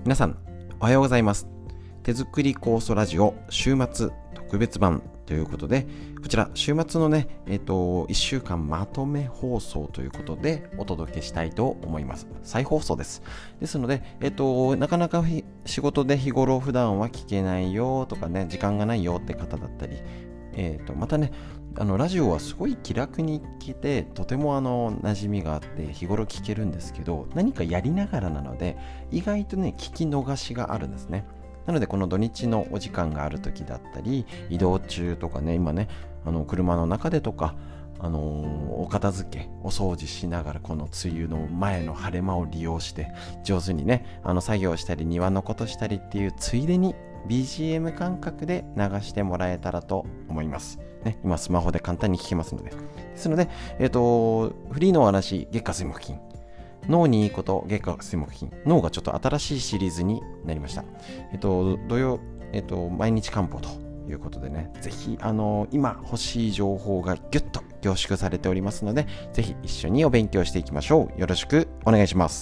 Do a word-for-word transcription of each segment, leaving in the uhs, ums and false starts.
皆さんおはようございます。手作り酵素ラジオ週末特別版ということで、こちら週末のね、えっといっしゅうかんまとめ放送ということでお届けしたいと思います。再放送です。ですので、えっとなかなか仕事で日頃普段は聞けないよとかね、時間がないよって方だったり、えっとまたね、あのラジオはすごい気楽に聞けて、とてもあの馴染みがあって日頃聞けるんですけど、何かやりながらなので意外とね聞き逃しがあるんですね。なのでこの土日のお時間がある時だったり、移動中とかね、今ねあの車の中でとか、あのー、お片付けお掃除しながら、この梅雨の前の晴れ間を利用して上手にねあの作業したり庭のことしたりっていうついでに ビージーエム 感覚で流してもらえたらと思いますね。今スマホで簡単に聞けますので。ですので、えっとフリーのお話、月火水木金、脳にいいこと月火水木金、脳がちょっと新しいシリーズになりました。えっと土曜、えっと毎日漢方ということでね、ぜひあの今欲しい情報がギュッと凝縮されておりますので、ぜひ一緒にお勉強していきましょう。よろしくお願いします。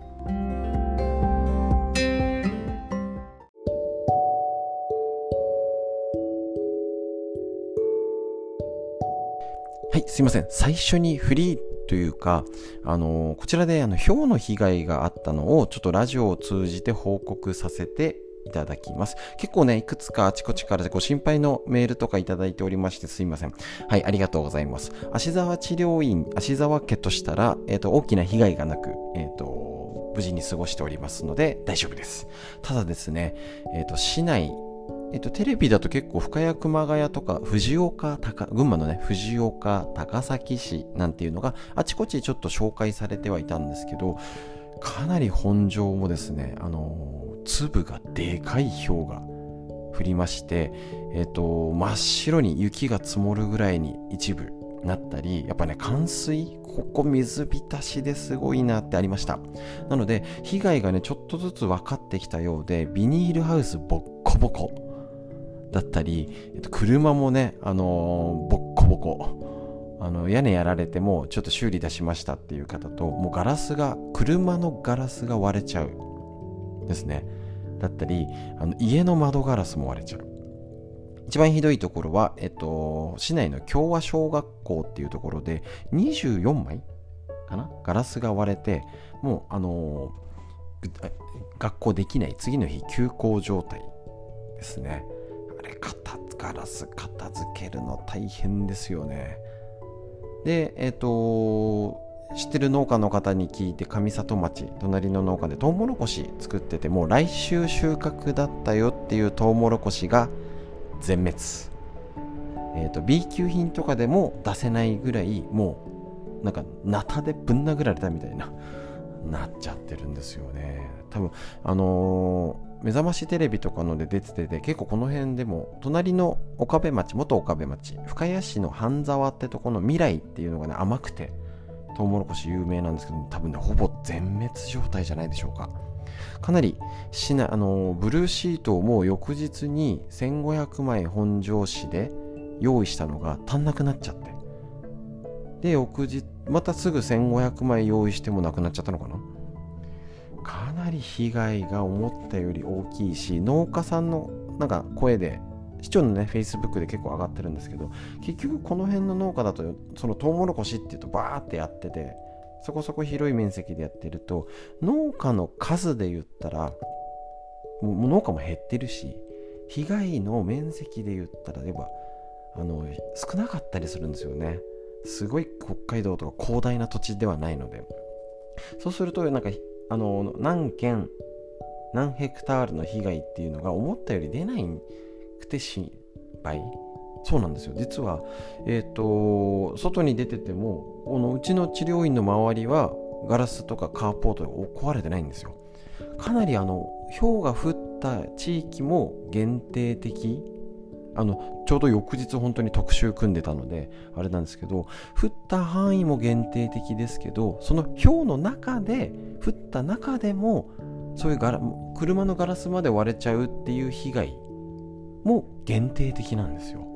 はい、すいません。最初にフリーというか、あのー、こちらであの雹の被害があったのをちょっとラジオを通じて報告させていただきます。結構ね、いくつかあちこちからご心配のメールとかいただいておりまして、すいません。はい、ありがとうございます。芦沢治療院、芦沢家としたら、えっと、大きな被害がなく、えっと、無事に過ごしておりますので大丈夫です。ただですね、えっと、市内、えっと、テレビだと結構深谷熊谷とか藤岡高群馬のね藤岡高崎市なんていうのがあちこちちょっと紹介されてはいたんですけど、かなり本庄もですね、あのー、粒がでかい氷が降りまして、えっと真っ白に雪が積もるぐらいに一部なったり、やっぱね冠水、ここ水浸しですごいなってありました。なので被害がねちょっとずつ分かってきたようで、ビニールハウスボッコボコだったり、えっと、車もね、あのー、ボッコボコ、あの屋根やられてもちょっと修理出しましたっていう方と、もうガラスが車のガラスが割れちゃうですね、だったり、あの家の窓ガラスも割れちゃう。一番ひどいところは、えっと、市内の共和小学校っていうところでにじゅうよんまいかな、ガラスが割れて、もうあのー、学校できない、次の日休校状態ですね。あれ片ガラス片付けるの大変ですよね。で、えっと知ってる農家の方に聞いて、上里町隣の農家でトウモロコシ作ってて、もう来週収穫だったよっていうトウモロコシが全滅。えっと B 級品とかでも出せないぐらい、もうなんかナタでぶん殴られたみたいななっちゃってるんですよね。多分あのー目覚ましテレビとかので出てて、結構この辺でも隣の岡部町、元岡部町深谷市の半沢ってとこの未来っていうのがね甘くてトウモロコシ有名なんですけど、多分ねほぼ全滅状態じゃないでしょうか。かなり市内、あのブルーシートをもう翌日にせんごひゃくまい本庄市で用意したのが足んなくなっちゃって、で翌日またすぐせんごひゃくまい用意してもなくなっちゃったのかな。かなり被害が思ったより大きいし、農家さんのなんか声で、市長のね Facebook で結構上がってるんですけど、結局この辺の農家だとそのトウモロコシっていうとバーってやってて、そこそこ広い面積でやってると、農家の数で言ったらもう農家も減ってるし、被害の面積で言ったらやっぱあの少なかったりするんですよね。すごい北海道とか広大な土地ではないので、そうするとなんかあの何件何ヘクタールの被害っていうのが思ったより出ないくて心配。そうなんですよ。実はえっと外に出てても、このうちの治療院の周りはガラスとかカーポートが壊れてないんですよ。かなりあの氷が降った地域も限定的、あのちょうど翌日本当に特集組んでたのであれなんですけど、降った範囲も限定的ですけど、その氷の中で降った中でもそういうガラ車のガラスまで割れちゃうっていう被害も限定的なんですよ。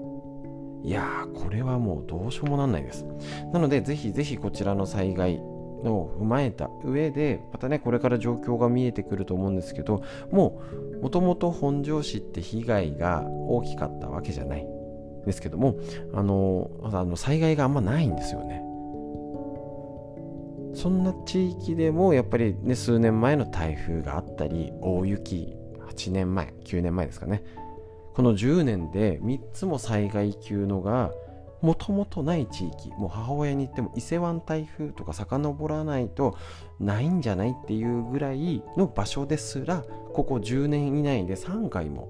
いやー、これはもうどうしようもなんないです。なのでぜひぜひこちらの災害のを踏まえた上でまたねこれから状況が見えてくると思うんですけど、もうもともと本庄市って被害が大きかったわけじゃないですけども、あのあの災害があんまないんですよね。そんな地域でもやっぱりね数年前の台風があったり、大雪はちねんまえきゅうねんまえですかね、このじゅうねんでみっつも災害級のがもともとない地域、もう母親に言っても伊勢湾台風とか遡らないとないんじゃないっていうぐらいの場所ですら、ここじゅうねん以内でさんかいも、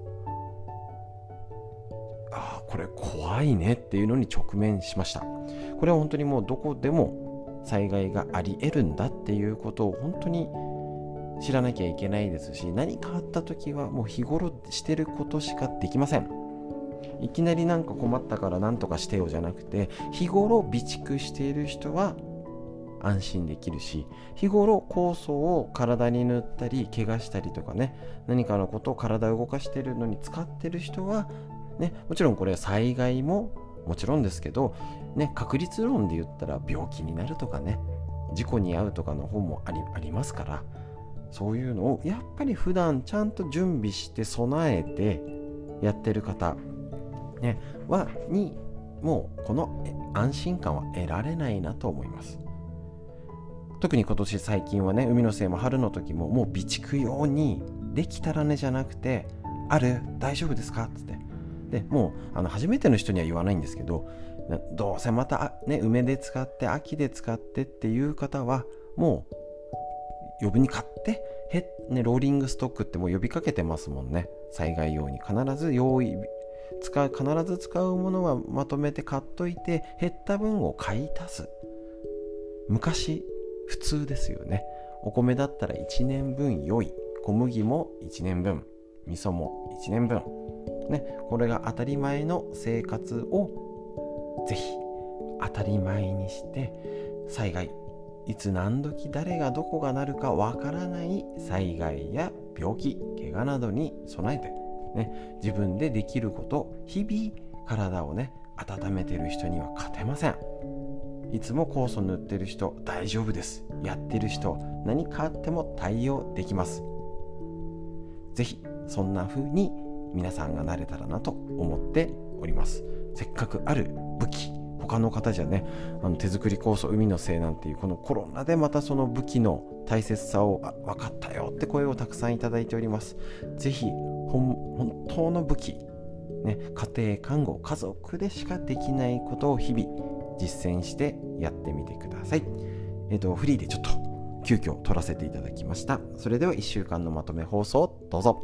ああこれ怖いねっていうのに直面しました。これは本当にもうどこでも災害があり得るんだっていうことを本当に知らなきゃいけないですし、何かあった時はもう日頃してることしかできません。いきなりなんか困ったから何とかしてよじゃなくて、日頃備蓄している人は安心できるし、日頃酵素を体に塗ったり怪我したりとかね、何かのことを体を動かしているのに使ってる人はね、もちろんこれは災害ももちろんですけど、ね、確率論で言ったら病気になるとかね、事故に遭うとかの方もあり、ありますから、そういうのをやっぱり普段ちゃんと準備して備えてやってる方ね、はにもうこの安心感は得られないなと思います。特に今年最近はね、海のせいも春の時ももう備蓄用にできたらねじゃなくて、ある大丈夫ですかっつって、でもうあの初めての人には言わないんですけど、どうせまたね梅で使って秋で使ってっていう方はもう余分に買ってへ、ね、ローリングストックってもう呼びかけてますもんね。災害用に必ず用意使う、必ず使うものはまとめて買っといて、減った分を買い足す。昔普通ですよね。お米だったらいちねんぶん用意、小麦もいちねんぶん、味噌もいちねんぶんね、これが当たり前の生活をぜひ当たり前にして、災害いつ何時誰がどこがなるかわからない災害や病気怪我などに備えてね、自分でできること、日々体をね温めてる人には勝てません。いつも酵素塗ってる人大丈夫です。やってる人何かあっても対応できます。ぜひそんな風に皆さんがなれたらなと思っております。せっかくある武器、他の方じゃね、あの手作り酵素海のせいなんていうこのコロナでまたその武器の大切さを分かったよって声をたくさんいただいております。ぜひ本当の武器、ね、家庭看護家族でしかできないことを日々実践してやってみてください。えっとフリーでちょっと急遽撮らせていただきました。それではいっしゅうかんのまとめ放送どうぞ。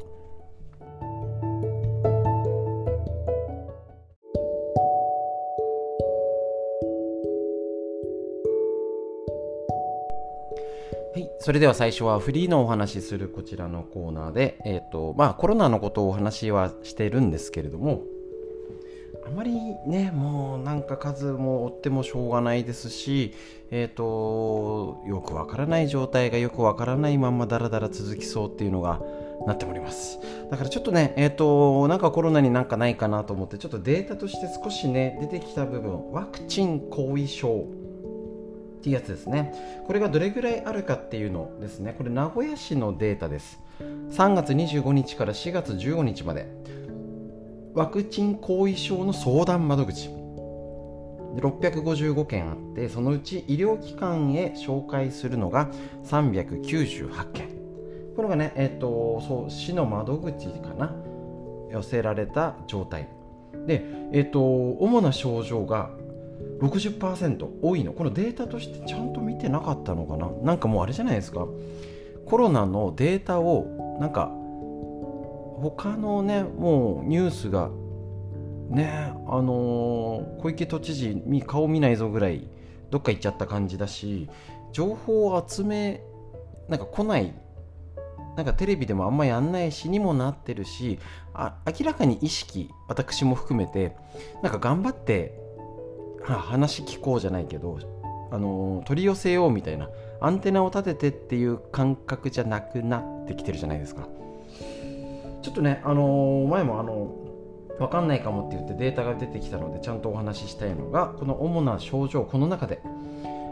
はい、それでは最初はフリーのお話しするこちらのコーナーで、えーとまあ、コロナのことをお話はしているんですけれども、あまりねもうなんか数も追ってもしょうがないですし、えーとよくわからない状態がよくわからないままだらだら続きそうっていうのがなっております。だからちょっとねえーとなんかコロナになんかないかなと思ってちょっとデータとして少しね出てきた部分、ワクチン後遺症っていうやつですね。これがどれぐらいあるかっていうのですね。これ名古屋市のデータです。さんがつにじゅうごにちからしがつじゅうごにちまでワクチン後遺症の相談窓口ろっぴゃくごじゅうごけんあって、そのうち医療機関へ紹介するのがさんびゃくきゅうじゅうはちけん。これがね、えっと、そう市の窓口かな、寄せられた状態で、えっと、主な症状がろくじゅっパーセント 多いの。このデータとしてちゃんと見てなかったのかな。なんかもうあれじゃないですか、コロナのデータをなんか他のねもうニュースがね、あのー、小池都知事に顔見ないぞぐらいどっか行っちゃった感じだし、情報を集めなんか来ない、なんかテレビでもあんまやんないしにもなってるし、あ明らかに意識、私も含めてなんか頑張って話聞こうじゃないけど、あのー、取り寄せようみたいなアンテナを立ててっていう感覚じゃなくなってきてるじゃないですか。ちょっとね、あのー、前もあの分かんないかもって言ってデータが出てきたのでちゃんとお話ししたいのが、この主な症状、この中で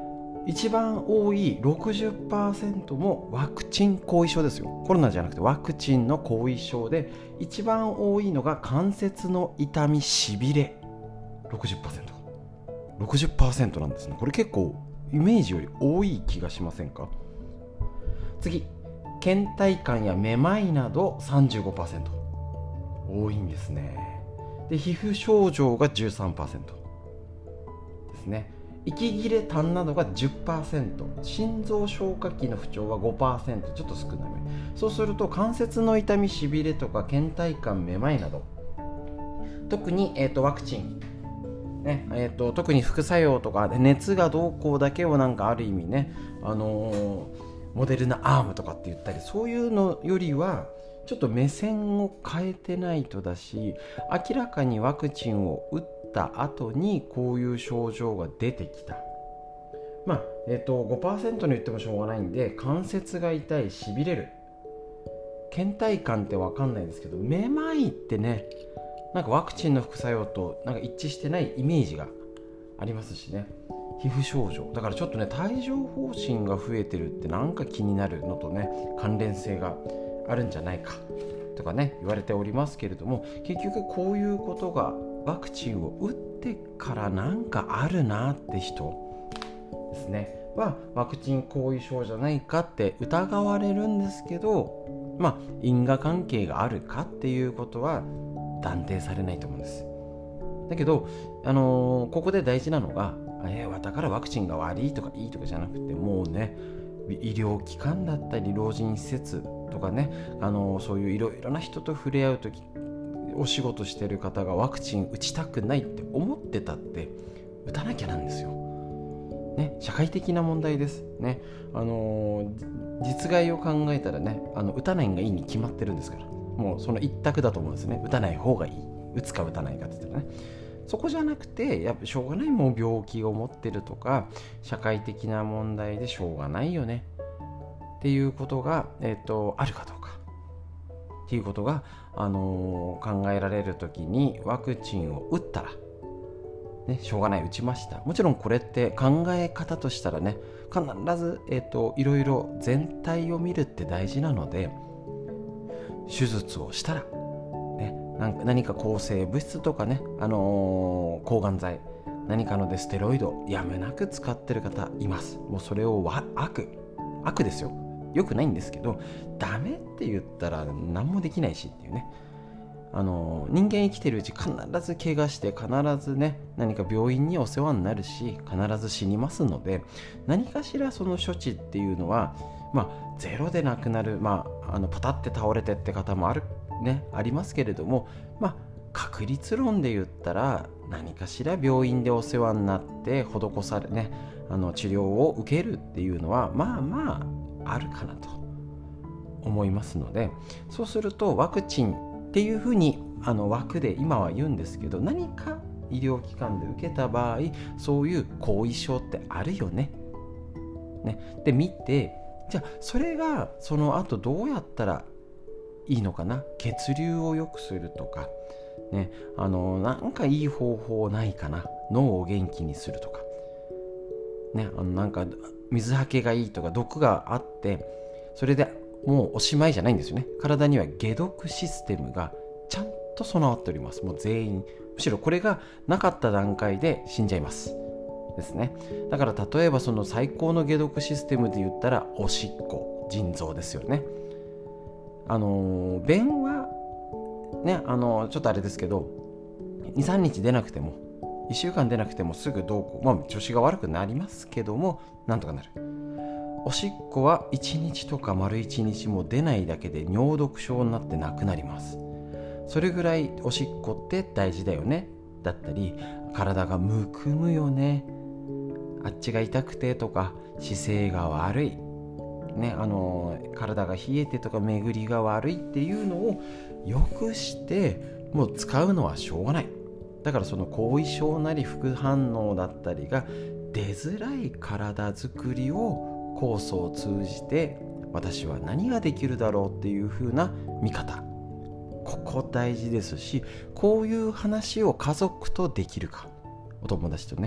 一番多い ろくじゅっパーセント もワクチン後遺症ですよ。コロナじゃなくてワクチンの後遺症で、一番多いのが関節の痛みしびれ ろくじゅっパーセント、ろくじゅっパーセント なんですね。これ結構イメージより多い気がしませんか。次、倦怠感やめまいなど さんじゅうごパーセント、 多いんですね。で、皮膚症状が じゅうさんパーセント ですね。息切れ痰などが じゅっパーセント、 心臓消化器の不調は ごパーセント、 ちょっと少なめ。そうすると関節の痛みしびれとか倦怠感、めまいなど、特に、えーと、ワクチンね、えーと、特に副作用とか熱がどうこうだけをなんかある意味ね、あのー、モデルナアームとかって言ったり、そういうのよりはちょっと目線を変えてないとだし、明らかにワクチンを打った後にこういう症状が出てきた。まあ、えっと、ごパーセント に言ってもしょうがないんで、関節が痛い、しびれる、倦怠感って分かんないですけど、めまいってね、なんかワクチンの副作用となんか一致してないイメージがありますしね。皮膚症状だからちょっとね、帯状疱疹が増えてるってなんか気になるのとね、関連性があるんじゃないかとかね言われておりますけれども、結局こういうことがワクチンを打ってからなんかあるなって人ですねは、ワクチン後遺症じゃないかって疑われるんですけど、まあ因果関係があるかっていうことは断定されないと思うんです。だけど、あのー、ここで大事なのが、えー、だからワクチンが悪いとかいいとかじゃなくて、もうね、医療機関だったり老人施設とかね、あのー、そういういろいろな人と触れ合うとき、お仕事してる方がワクチン打ちたくないって思ってたって打たなきゃなんですよ、ね、社会的な問題ですね。あのー、実害を考えたらね、あの打たないのがいいに決まってるんですから、もうその一択だと思うんですね。打たない方がいい、打つか打たないかって言ったらね、そこじゃなくて、やっぱしょうがない、もう病気を持ってるとか社会的な問題でしょうがないよねっていうことが、えーと、あるかどうかっていうことが、あのー、考えられるときに、ワクチンを打ったら、ね、しょうがない、打ちました。もちろんこれって考え方としたらね、必ず、えーと、いろいろ全体を見るって大事なので、手術をしたら、ね、なんか何か抗生物質とかね、あのー、抗がん剤何かのでステロイドやむなく使ってる方います。もうそれを悪悪ですよ、良くないんですけど、ダメって言ったら何もできないしっていうね、あのー、人間生きてるうち必ず怪我して必ずね、何か病院にお世話になるし、必ず死にますので、何かしらその処置っていうのは、まあ、ゼロでなくなる、まあ、あのパタって倒れてって方もある、ね、ありますけれども、まあ、確率論で言ったら何かしら病院でお世話になって施され、ね、あの治療を受けるっていうのはまあまああるかなと思いますので、そうするとワクチンっていうふうにあの枠で今は言うんですけど、何か医療機関で受けた場合、そういう後遺症ってあるよね、ねで見て、じゃあそれがその後どうやったらいいのかな、血流を良くするとか、ね、あのなんかいい方法ないかな、脳を元気にするとか、ね、あのなんか水はけがいいとか、毒があってそれでもうおしまいじゃないんですよね。体には解毒システムがちゃんと備わっております。もう全員、むしろこれがなかった段階で死んじゃいますですね。だから例えばその最高の解毒システムで言ったらおしっこ、腎臓ですよね。あの便はね、あのちょっとあれですけど、にさんにち出なくてもいっしゅうかん出なくてもすぐどうこう、まあ調子が悪くなりますけども、なんとかなる。おしっこはいちにちとか丸いちにちも出ないだけで尿毒症になってなくなります。それぐらいおしっこって大事だよねだったり、体がむくむよね、あっちが痛くてとか、姿勢が悪いね、あの体が冷えてとか巡りが悪いっていうのをよくしてもう使うのはしょうがない。だからその後遺症なり副反応だったりが出づらい体づくりをコースを通じて私は何ができるだろうっていう風な見方、ここ大事ですし、こういう話を家族とできるか、お友達とね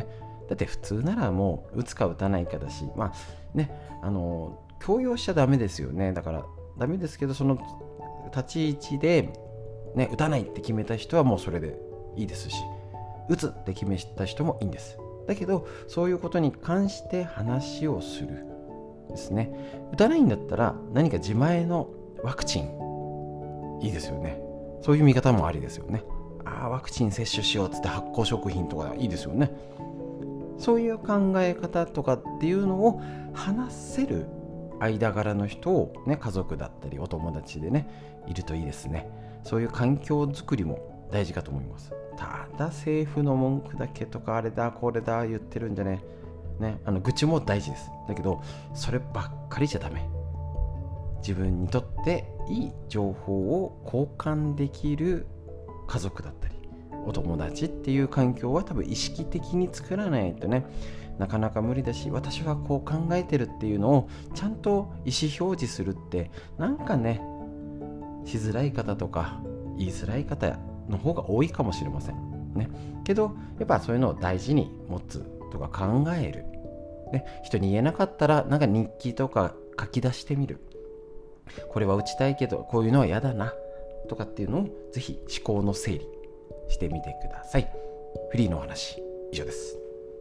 だって普通ならもう打つか打たないかだし、まあね、あの強要しちゃダメですよね。だからダメですけど、その立ち位置で、ね、打たないって決めた人はもうそれでいいですし、打つって決めた人もいいんです。だけどそういうことに関して話をするですね。打たないんだったら何か自前のワクチンいいですよね。そういう見方もありですよね。ああ、ワクチン接種しようっつって発酵食品とかいいですよね。そういう考え方とかっていうのを話せる間柄の人を、ね、家族だったりお友達でねいるといいですね。そういう環境づくりも大事かと思います。ただ政府の文句だけとかあれだこれだ言ってるんじゃねね、あの愚痴も大事です。だけどそればっかりじゃダメ。自分にとっていい情報を交換できる家族だったりお友達っていう環境は多分意識的に作らないとね、なかなか無理だし、私はこう考えてるっていうのをちゃんと意思表示するってなんかねしづらい方とか言いづらい方の方が多いかもしれませんね。けどやっぱそういうのを大事に持つとか考える、ね、人に言えなかったらなんか日記とか書き出してみる。これは打ちたいけどこういうのは嫌だなとかっていうのをぜひ思考の整理してみてください。フリーのお話以上です。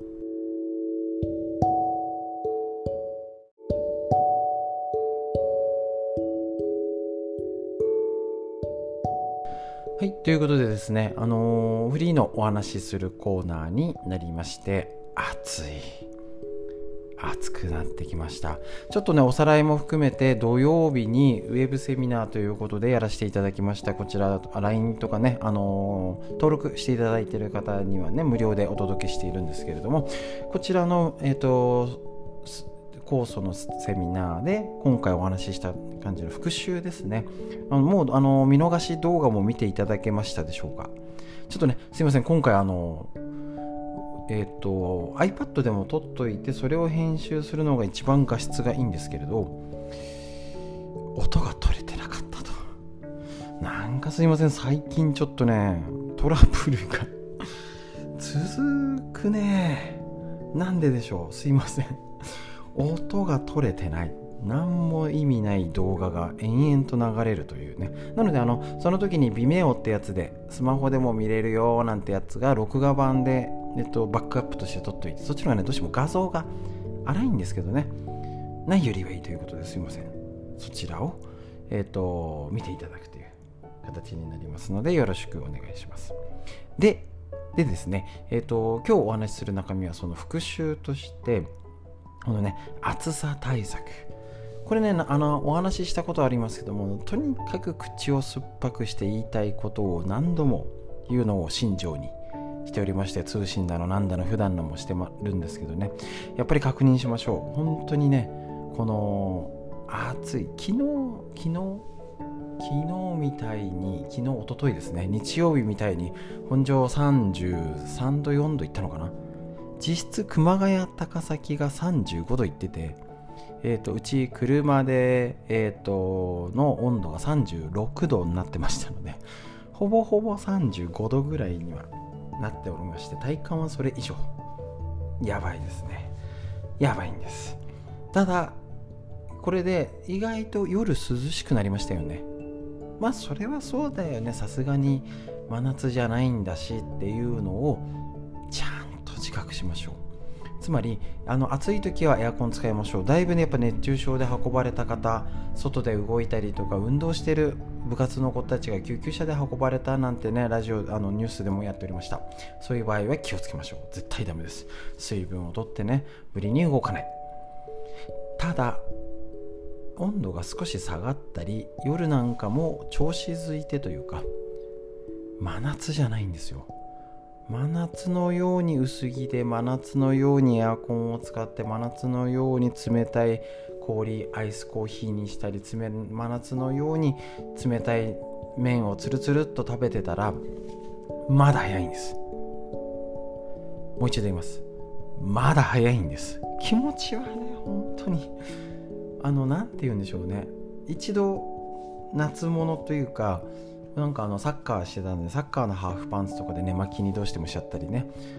はい、ということでですね、あのー、フリーのお話しするコーナーになりまして、暑い暑くなってきました。ちょっとねおさらいも含めて土曜日にウェブセミナーということでやらせていただきました。こちら ライン とかね、あのー、登録していただいている方にはね無料でお届けしているんですけれども、こちらのえっとコースのセミナーで今回お話しした感じの復習ですね。あのもうあの見逃し動画も見ていただけましたでしょうか。ちょっとねすいません、今回あのえーと、iPad でも撮っといてそれを編集するのが一番画質がいいんですけれど、音が取れてなかったと。なんかすいません、最近ちょっとねトラブルが続くね。なんででしょう、すいません。音が取れてない、何も意味ない動画が延々と流れるというね。なのであのその時に Vimeo ってやつでスマホでも見れるよなんてやつが録画版で、えっと、バックアップとして撮っといて、そっちの方がねどうしても画像が荒いんですけどね、ないよりはいいということですいません。そちらを、えっと、見ていただくという形になりますのでよろしくお願いします。ででですね、えっと、今日お話しする中身はその復習としてこのね暑さ対策、これねあのお話ししたことありますけども、とにかく口を酸っぱくして言いたいことを何度も言うのを信条にしておりまして、通信だのなんだの普段のもしてるんですけどね、やっぱり確認しましょう。本当にねこの暑い、昨日昨日昨日みたいに昨日一昨日ですね、日曜日みたいに本庄さんじゅうさんどよんどいったのかな、実質熊谷高崎がさんじゅうごどいってて、えー、とうち車で、えー、との温度がさんじゅうろくどになってましたので、ほぼほぼさんじゅうごどぐらいにはなっておりまして、体感はそれ以上やばいですね。やばいんです。ただこれで意外と夜涼しくなりましたよね。まあそれはそうだよね、さすがに真夏じゃないんだしっていうのをちゃんと自覚しましょう。つまりあの暑い時はエアコン使いましょう。だいぶねやっぱ熱中症で運ばれた方、外で動いたりとか運動してる部活の子たちが救急車で運ばれたなんてね、ラジオあのニュースでもやっておりました。そういう場合は気をつけましょう。絶対ダメです。水分をとってね、無理に動かない。ただ温度が少し下がったり、夜なんかも調子づいてというか真夏じゃないんですよ。真夏のように薄着で、真夏のようにエアコンを使って、真夏のように冷たい氷アイスコーヒーにしたり、真夏のように冷たい麺をつるつるっと食べてたらまだ早いんです。もう一度言います。まだ早いんです。気持ちはね本当にあのなんて言うんでしょうね、一度夏物というか、なんかあのサッカーしてたんでサッカーのハーフパンツとかで寝巻きにどうしてもしちゃったりね、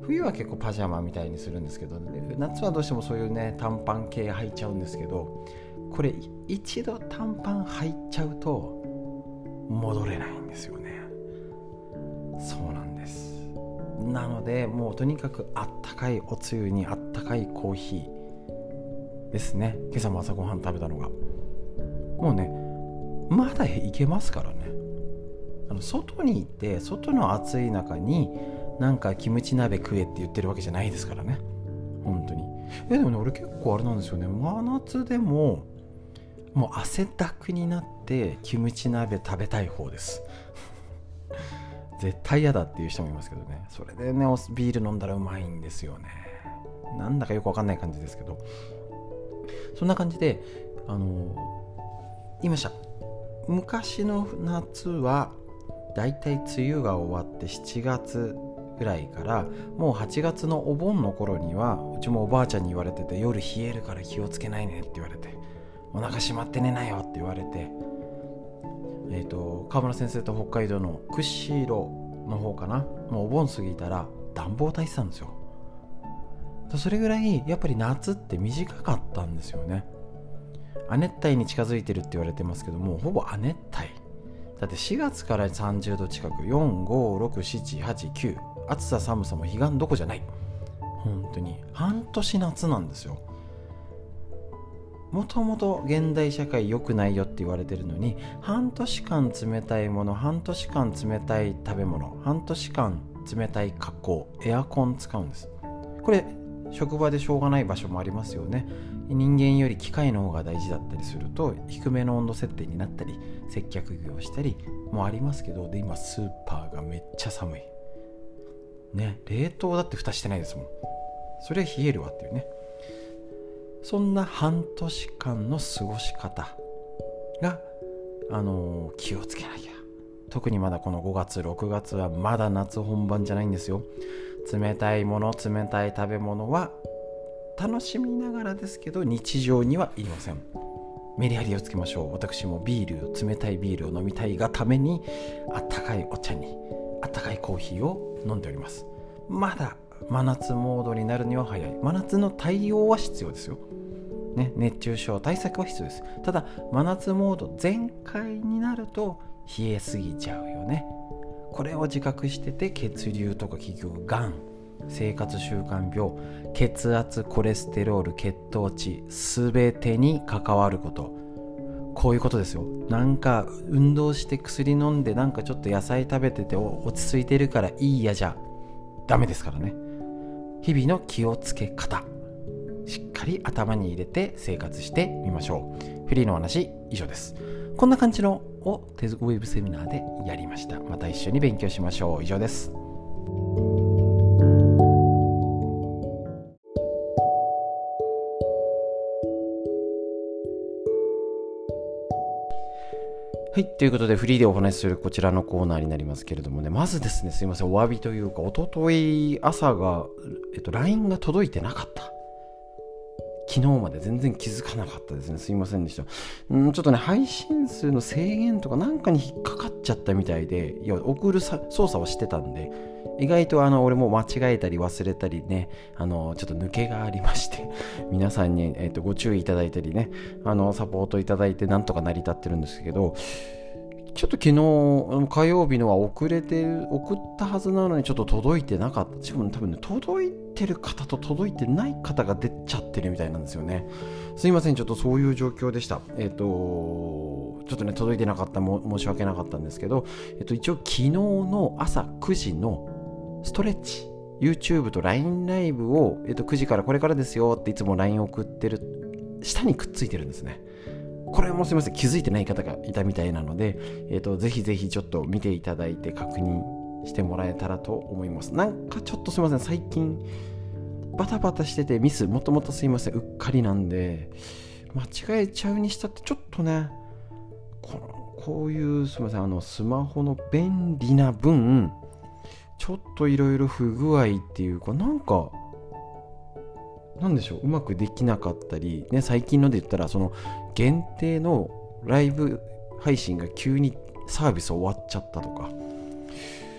冬は結構パジャマみたいにするんですけど、夏はどうしてもそういうね短パン系履いちゃうんですけど、これ一度短パン履いちゃうと戻れないんですよね。そうなんです。なのでもうとにかくあったかいおつゆにあったかいコーヒーですね。今朝も朝ごはん食べたのがもうねまだいけますからね。あの外に行って外の暑い中になんかキムチ鍋食えって言ってるわけじゃないですからね。本当に。えでもね俺結構あれなんですよね。真夏でももう汗だくになってキムチ鍋食べたい方です絶対嫌だっていう人もいますけどね。それでねビール飲んだらうまいんですよね。なんだかよくわかんない感じですけど、そんな感じであの言いました。昔の夏はだいたい梅雨が終わってしちがつぐらいからもうはちがつのお盆の頃にはうちもおばあちゃんに言われてて、夜冷えるから気をつけないねって言われて、お腹閉まって寝なよって言われて、えーと川村先生と北海道の釧路の方かな、もうお盆過ぎたら暖房焚いてたんですよ。それぐらいやっぱり夏って短かったんですよね。亜熱帯に近づいてるって言われてますけども、ほぼ亜熱帯だって。しがつからさんじゅうど近く、よん、ご、ろく、しち、はち、きゅう、暑さ寒さも彼岸どこじゃない。本当に半年夏なんですよ。もともと現代社会良くないよって言われてるのに、半年間冷たいもの、半年間冷たい食べ物、半年間冷たい格好、エアコン使うんです。これ職場でしょうがない場所もありますよね。人間より機械の方が大事だったりすると低めの温度設定になったり接客業したりもありますけど、で今スーパーがめっちゃ寒いね。冷凍だって蓋してないですもん。それは冷えるわっていうね。そんな半年間の過ごし方が、あのー、気をつけなきゃ。特にまだこのごがつろくがつはまだ夏本番じゃないんですよ。冷たいもの、冷たい食べ物は楽しみながらですけど日常にはいりません。メリハリをつけましょう。私もビール、冷たいビールを飲みたいがためにあったかいお茶にあったかいコーヒーを飲んでおります。まだ真夏モードになるには早い。真夏の対応は必要ですよ、ね、熱中症対策は必要です。ただ真夏モード全開になると冷えすぎちゃうよね。これを自覚してて、血流とか結局がん、生活習慣病、血圧、コレステロール、血糖値、すべてに関わること、こういうことですよ。なんか運動して薬飲んでなんかちょっと野菜食べてて落ち着いてるからいいやじゃダメですからね。日々の気をつけ方しっかり頭に入れて生活してみましょう。フリーの話以上です。こんな感じのをウェブセミナーでやりました。また一緒に勉強しましょう。以上です。はい、ということでフリーでお話しするこちらのコーナーになりますけれどもね、まずですね、すいません、お詫びというか、おととい朝が、えっと、ライン が届いてなかった。昨日まで全然気づかなかったですね。すいませんでした。うんちょっとね、配信数の制限とかなんかに引っかかっちゃったみたいで、いや、送るさ操作はしてたんで、意外とあの俺も間違えたり忘れたりね、あのちょっと抜けがありまして皆さんに、えー、とご注意いただいたりね、あのサポートいただいてなんとか成り立ってるんですけど、ちょっと昨日火曜日のは遅れて送ったはずなのにちょっと届いてなかった。しかも多分ね、届いてる方と届いてない方が出ちゃってるみたいなんですよね。すいません、ちょっとそういう状況でした。えっとちょっとね、届いてなかったも申し訳なかったんですけど、えっと一応昨日の朝くじのストレッチ YouTube と ライン ライブを、えっと、くじからこれからですよっていつも ライン 送ってる下にくっついてるんですね。これもすいません、気づいてない方がいたみたいなので、えっと、ぜひぜひちょっと見ていただいて確認してもらえたらと思います。なんかちょっとすいません、最近バタバタしててミスもともとすいません、うっかりなんで間違えちゃうにしたってちょっとね、このこういうすいません、あのスマホの便利な分ちょっといろいろ不具合っていうか、なんかなんでしょう、うまくできなかったりね、最近ので言ったらその限定のライブ配信が急にサービス終わっちゃったとか、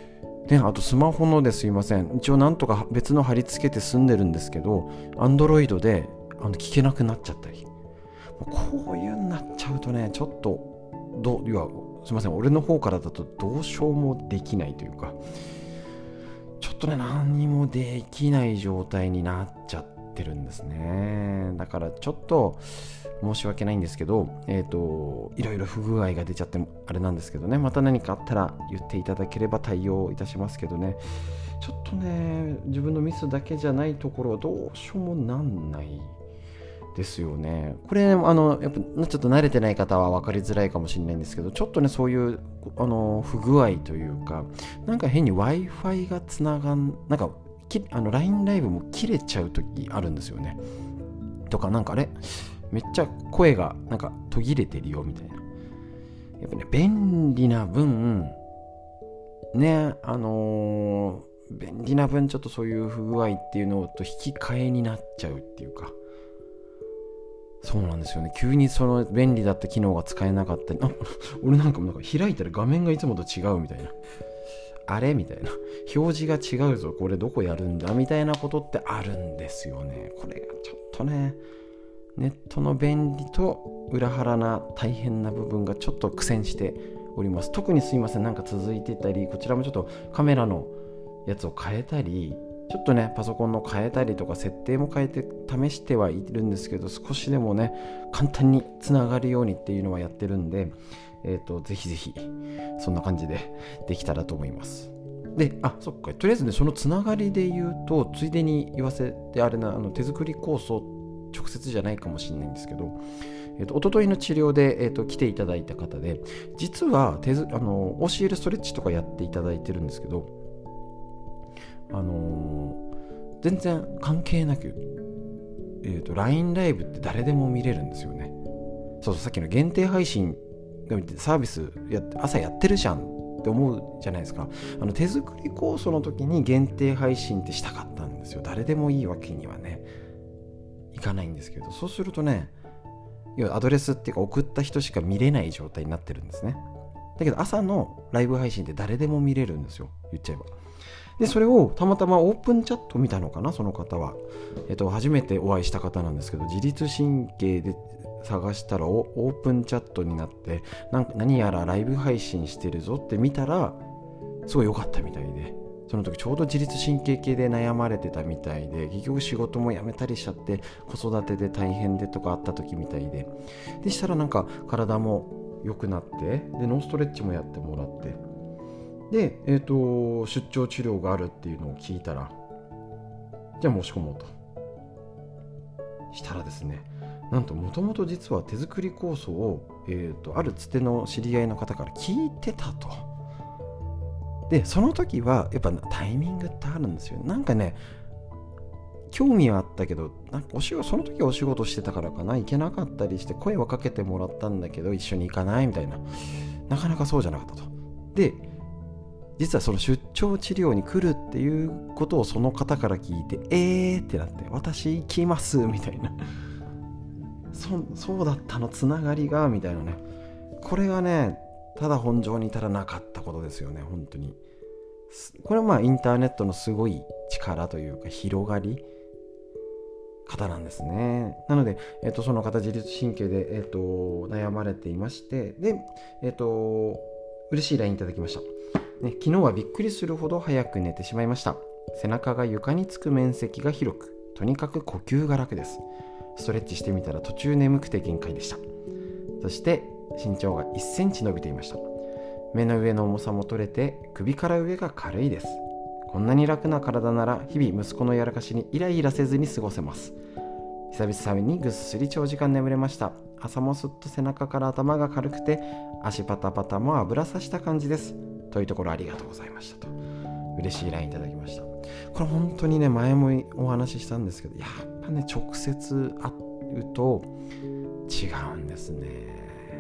で、あとスマホのですいません。一応なんとか別の貼り付けて済んでるんですけど、Android であの聞けなくなっちゃったり。こういうになっちゃうとね、ちょっと、どう、いや、すいません。俺の方からだとどうしようもできないというか、ちょっとね、何もできない状態になっちゃってるんですね。だからちょっと申し訳ないんですけど、えっと、いろいろ不具合が出ちゃってあれなんですけどね、また何かあったら言っていただければ対応いたしますけどね、ちょっとね、自分のミスだけじゃないところはどうしようもなんないですよね。これ、あの、やっぱちょっと慣れてない方は分かりづらいかもしれないんですけど、ちょっとね、そういうあの不具合というか、なんか変に Wi-Fi がつながん、なんかきあの ライン ライブも切れちゃう時あるんですよね。とか、なんかあれ、めっちゃ声がなんか途切れてるよみたいな。やっぱね、便利な分、ね、あのー、便利な分ちょっとそういう不具合っていうのと引き換えになっちゃうっていうか、そうなんですよね。急にその便利だった機能が使えなかったり、あ、俺なんかもなんか開いたら画面がいつもと違うみたいな。あれみたいな。表示が違うぞ。これどこやるんだみたいなことってあるんですよね。これがちょっとね、ネットの便利と裏腹な大変な部分がちょっと苦戦しております。特にすいません。なんか続いてたり、こちらもちょっとカメラのやつを変えたり、ちょっとね、パソコンの変えたりとか設定も変えて試してはいるんですけど、少しでもね、簡単につながるようにっていうのはやってるんで、えっと、ぜひぜひ、そんな感じでできたらと思います。で、あ、そっか、とりあえずね、そのつながりで言うと、ついでに言わせて、あれな、あの手作り構想、直接じゃないかもしれないんですけど、えっと、一昨日の治療で、えっと、来ていただいた方で、実は手ずあの オーシーエル ストレッチとかやっていただいてるんですけど、あのー、全然関係なく、えーと、ライン ライブって誰でも見れるんですよね。そうそう、さっきの限定配信サービスや朝やってるじゃんって思うじゃないですか。あの手作り構想の時に限定配信ってしたかったんですよ。誰でもいいわけにはねいかないんですけど、そうするとね、要はアドレスっていうか送った人しか見れない状態になってるんですね。だけど朝のライブ配信って誰でも見れるんですよ、言っちゃえば。で、それをたまたまオープンチャット見たのかな、その方は。えっと、初めてお会いした方なんですけど、自律神経で探したらオープンチャットになって、なんか何やらライブ配信してるぞって見たら、すごい良かったみたいで、その時ちょうど自律神経系で悩まれてたみたいで、結局仕事も辞めたりしちゃって、子育てで大変でとかあった時みたいで、でしたらなんか体も良くなって、で、ノーストレッチもやってもらって、で、えーと、出張治療があるっていうのを聞いたら、じゃあ申し込もうとしたらですね、なんともともと実は手作り構想を、えーと、あるつての知り合いの方から聞いてたと。で、その時はやっぱタイミングってあるんですよ。なんかね、興味はあったけど、なんかお仕事その時はお仕事してたからかな、行けなかったりして声はかけてもらったんだけど一緒に行かないみたいな、なかなかそうじゃなかったと。で、実はその出張治療に来るっていうことをその方から聞いて、えーってなって、私行きますみたいな、そ, そうだったの、つながりがみたいなね。これがね、ただ本上にいたらなかったことですよね、本当に。これはまあインターネットのすごい力というか広がり方なんですね。なので、えっと、その方自律神経で、えっと、悩まれていまして、で、えっと、嬉しい ライン いただきました。ね、昨日はびっくりするほど早く寝てしまいました。背中が床につく面積が広く、とにかく呼吸が楽です。ストレッチしてみたら途中眠くて限界でした。そして身長がいっセンチ伸びていました。目の上の重さも取れて首から上が軽いです。こんなに楽な体なら日々息子のやらかしにイライラせずに過ごせます。久々にぐっすり長時間眠れました。朝もすっと背中から頭が軽くて足パタパタも油さした感じです。というところありがとうございましたと嬉しい ライン いただきました。これ本当にね、前もお話ししたんですけど、やっぱね、直接会うと違うんですね。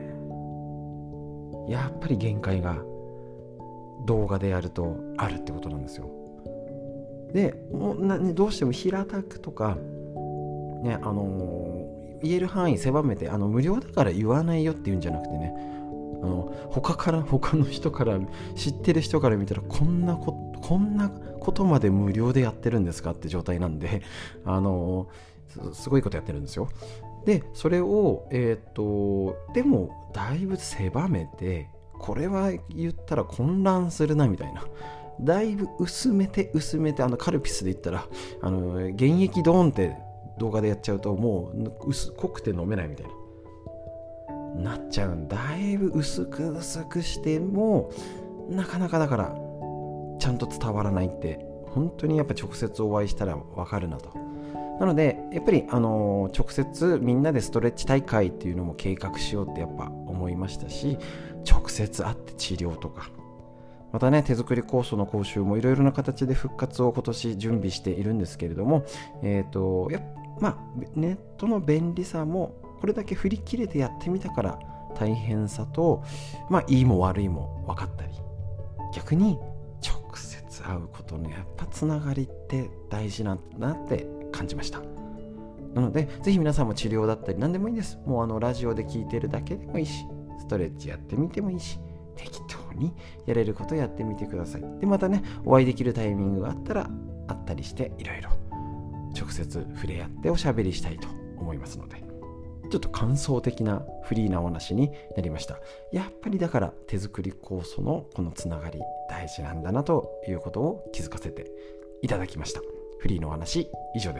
やっぱり限界が動画でやるとあるってことなんですよ。で、もうなどうしても平たくとかね、あのー、言える範囲狭めて、あの無料だから言わないよっていうんじゃなくてね、あの他から他の人から知ってる人から見たらこんなここんなことまで無料でやってるんですかって状態なんで、あのす, すごいことやってるんですよ。でそれをえっ、とでもだいぶ狭めて、これは言ったら混乱するなみたいな、だいぶ薄めて薄めて、あのカルピスで言ったらあの原液ドーンって動画でやっちゃうともう薄濃くて飲めないみたいななっちゃうん。だいぶ薄く薄くしてもなかなかだからちゃんと伝わらないって、本当にやっぱ直接お会いしたら分かるなと。なのでやっぱりあの直接みんなでストレッチ大会っていうのも計画しようってやっぱ思いましたし、直接会って治療とか、またね手作り酵素の講習もいろいろな形で復活を今年準備しているんですけれども、えっとやっまあネットの便利さもこれだけ振り切れてやってみたから大変さと、まあいいも悪いも分かったり、逆に直接会うことのやっぱつながりって大事なんだなって感じました。なのでぜひ皆さんも治療だったり何でもいいです。もうあのラジオで聞いてるだけでもいいし、ストレッチやってみてもいいし、適当にやれることやってみてください。でまたねお会いできるタイミングがあったらあったりして、いろいろ直接触れ合っておしゃべりしたいと思いますので、ちょっと感想的なフリーなお話になりました。やっぱりだから手作り酵素のこのつながり大事なんだなということを気づかせていただきました。フリーのお話以上です。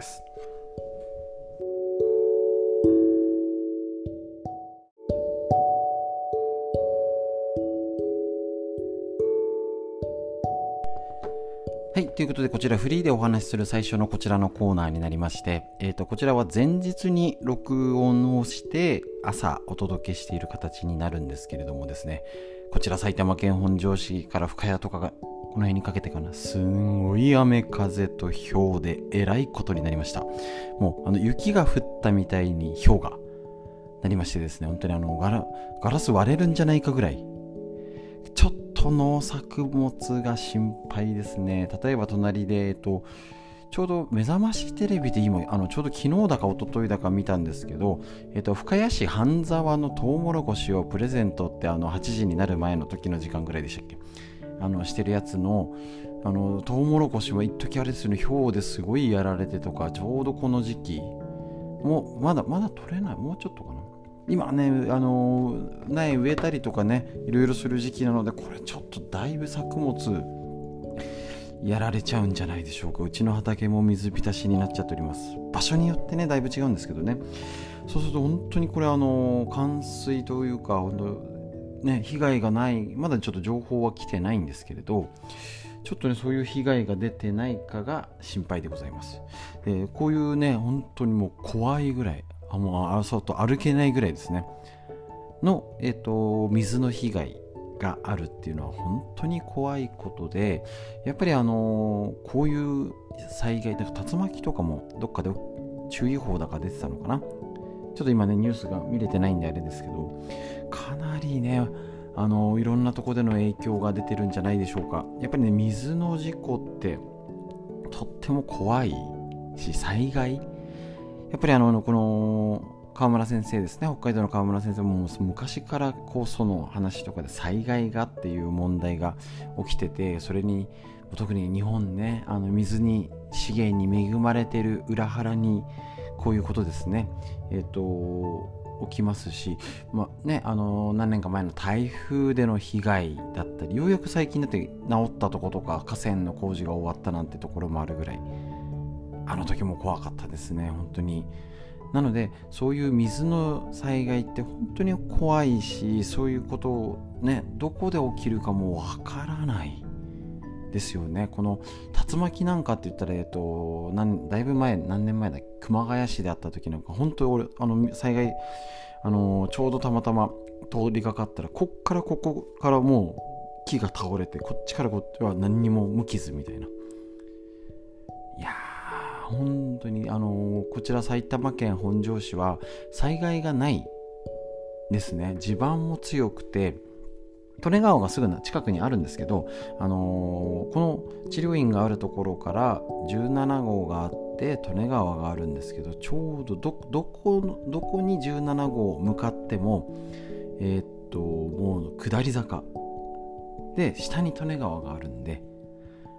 はい、ということでこちらフリーでお話しする最初のこちらのコーナーになりまして、えーと、こちらは前日に録音をして朝お届けしている形になるんですけれどもですね、こちら埼玉県本庄市から深谷とかがこの辺にかけてかな、すんごい雨風と氷でえらいことになりました。もうあの雪が降ったみたいに氷がなりましてですね、本当にあのガラ、ガラス割れるんじゃないかぐらい、ちょっと農作物が心配ですね。例えば隣で、えっと、ちょうど目覚ましテレビで今あのちょうど昨日だか一昨日だか見たんですけど、えっと、深谷市半沢のトウモロコシをプレゼントってあのはちじになる前の時の時間ぐらいでしたっけ、あのしてるやつのあのトウモロコシも一時あれですよね、氷ですごいやられてとか、ちょうどこの時期もうまだまだ取れない、もうちょっとかな、今ねあの苗植えたりとかねいろいろする時期なので、これちょっとだいぶ作物やられちゃうんじゃないでしょうか。うちの畑も水浸しになっちゃっております。場所によってねだいぶ違うんですけどね。そうすると本当にこれあの冠水というか本当ね被害がない、まだちょっと情報は来てないんですけれど、ちょっとねそういう被害が出てないかが心配でございます。えー、こういうね本当にもう怖いぐらい、あもうあそうと歩けないぐらいですねの、えーと水の被害があるっていうのは本当に怖いことで、やっぱりあのー、こういう災害だから竜巻とかもどっかで注意報だか出てたのかな、ちょっと今ねニュースが見れてないんであれですけど、かなりねあのー、いろんなところでの影響が出てるんじゃないでしょうか。やっぱりね水の事故ってとっても怖いし、災害やっぱりあのこの川村先生ですね、北海道の川村先生も昔からこうその話とかで災害がっていう問題が起きてて、それに特に日本ねあの水に資源に恵まれてる裏腹にこういうことですねえっ、ー、と起きますし、まあねあの何年か前の台風での被害だったり、ようやく最近だって治ったとことか河川の工事が終わったなんてところもあるぐらい、あの時も怖かったですね本当に。なのでそういう水の災害って本当に怖いし、そういうことをねどこで起きるかもわからないですよね。この竜巻なんかって言ったら、えっと、なんだいぶ前何年前だ熊谷市であった時なんか本当に俺あの災害あのちょうどたまたま通りがかったら、こっからここからもう木が倒れて、こっちからこっちは何にも無傷みたいな。いやー本当にあのこちら埼玉県本庄市は災害がないですね。地盤も強くて利根川がすぐ近くにあるんですけど、あのー、この治療院があるところからじゅうなな号があって利根川があるんですけど、ちょうど ど, ど, こどこにじゅうなな号向かってもえー、っともう下り坂で下に利根川があるんで、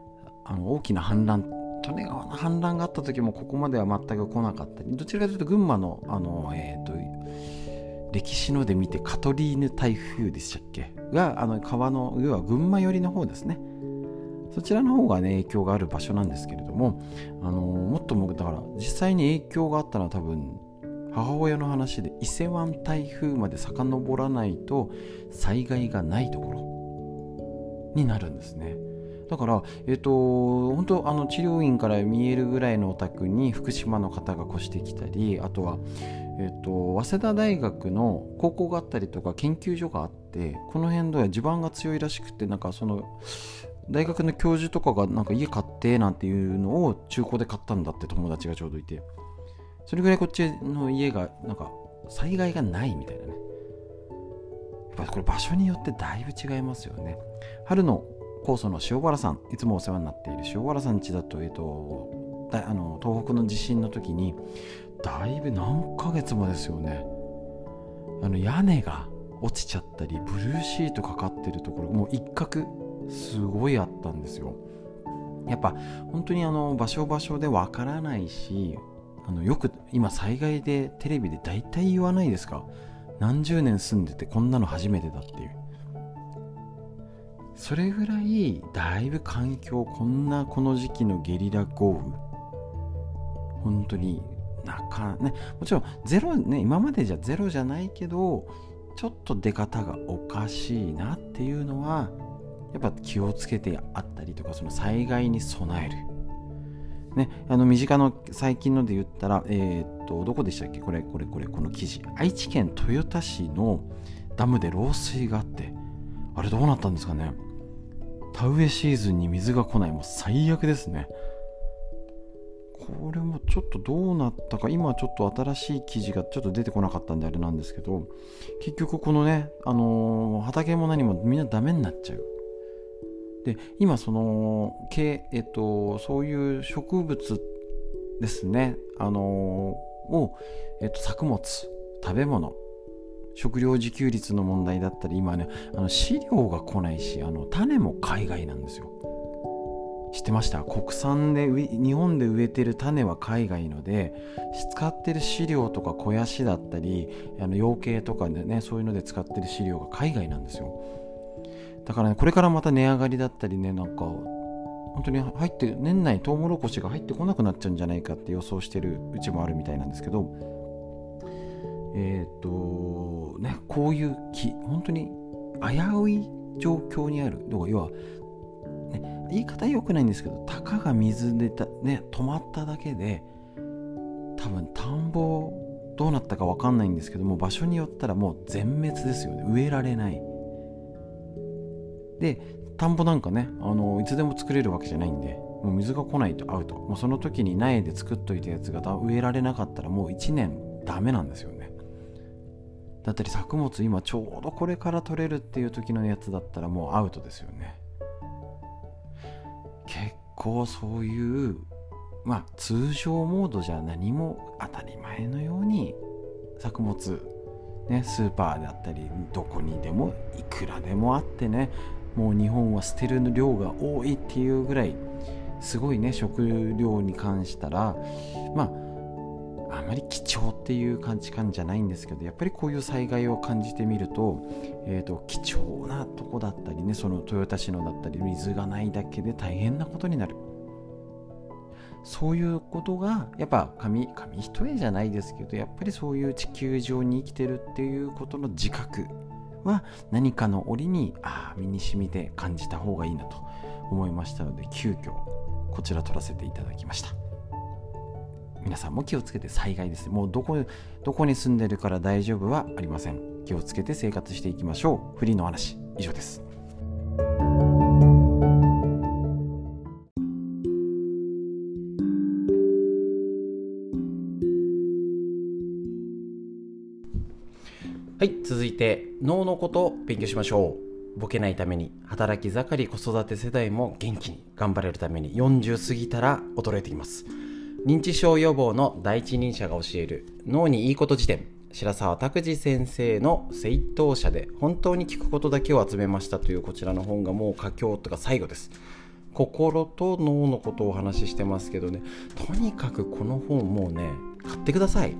あの大きな氾濫、利根川の氾濫があった時もここまでは全く来なかったり、どちらかというと群馬の、あの、えー、と歴史ので見てカトリーヌ台風でしたっけが、あの川の要は群馬寄りの方ですね、そちらの方がね影響がある場所なんですけれども、あのもっともだから実際に影響があったのは多分母親の話で伊勢湾台風まで遡らないと災害がないところになるんですね。だからえっと本当あの治療院から見えるぐらいのお宅に福島の方が越してきたり、あとはえっと早稲田大学の高校があったりとか研究所があって、この辺では地盤が強いらしくて、なんかその大学の教授とかがなんか家買ってなんていうのを中古で買ったんだって友達がちょうどいて、それぐらいこっちの家がなんか災害がないみたいなね。やっぱこれ場所によってだいぶ違いますよね。春の高祖の塩原さん、いつもお世話になっている塩原さん家だと、えっとだあの東北の地震の時にだいぶ何ヶ月もですよね、あの屋根が落ちちゃったりブルーシートかかってるところもう一角すごいあったんですよ。やっぱ本当にあの場所場所でわからないし、あのよく今災害でテレビで大体言わないですか、何十年住んでてこんなの初めてだっていう。それぐらいだいぶ環境、こんなこの時期のゲリラ豪雨、本当になかね、もちろんゼロね、今までじゃゼロじゃないけどちょっと出方がおかしいなっていうのはやっぱ気をつけてあったりとか、その災害に備えるね、あの身近な最近ので言ったら、えー、っとどこでしたっけ、これこれこれこの記事、愛知県豊田市のダムで漏水があって、あれどうなったんですかね。田植えシーズンに水が来ない、もう最悪ですね。これもちょっとどうなったか、今ちょっと新しい記事がちょっと出てこなかったんであれなんですけど、結局このね、あのー、畑も何もみんなダメになっちゃう。で今その、えっと、そういう植物ですね、あのー、を、えっと、作物、食べ物、食料自給率の問題だったり、今ね、あの飼料が来ないし、あの種も海外なんですよ。知ってました？国産で日本で植えてる種は海外ので、使ってる飼料とか肥やしだったり、あの養鶏とかでね、そういうので使ってる飼料が海外なんですよ。だからね、これからまた値上がりだったりね、なんか本当に入って年内トウモロコシが入ってこなくなっちゃうんじゃないかって予想してるうちもあるみたいなんですけど、えっとね、こういう木、本当に危うい状況にある。要は、ね、言い方良くないんですけど、たかが水でた、ね、止まっただけで多分田んぼどうなったか分かんないんですけども、場所によったらもう全滅ですよね。植えられないで、田んぼなんかね、あのいつでも作れるわけじゃないんで、もう水が来ないとアウト。もうその時に苗で作っといたやつが植えられなかったらもういちねんダメなんですよね。だったり作物、今ちょうどこれから取れるっていう時のやつだったらもうアウトですよね。結構そういう、まあ通常モードじゃ何も当たり前のように作物ね、スーパーだったりどこにでもいくらでもあってね、もう日本は捨てる量が多いっていうぐらいすごいね、食料に関したらまああまり貴重っていう感じ感じゃないんですけど、やっぱりこういう災害を感じてみると、えーと貴重なとこだったりね、その豊田市のだったり水がないだけで大変なことになる。そういうことがやっぱ紙紙一重じゃないですけど、やっぱりそういう地球上に生きてるっていうことの自覚は何かの折にあ身に染みて感じた方がいいなと思いましたので、急遽こちら撮らせていただきました。皆さんも気をつけて、災害ですね、もうどこどこに住んでるから大丈夫はありません。気をつけて生活していきましょう。フリーの話以上です。はい、続いて脳のことを勉強しましょう。ボケないために、働き盛り子育て世代も元気に頑張れるために、よんじゅう過ぎたら衰えてきます。認知症予防の第一人者が教える脳にいいこと辞典、白澤拓司先生の正当者で本当に聞くことだけを集めましたというこちらの本がもう佳境とか最後です。 心と脳のことをお話ししてますけどね、とにかくこの本もうね買ってください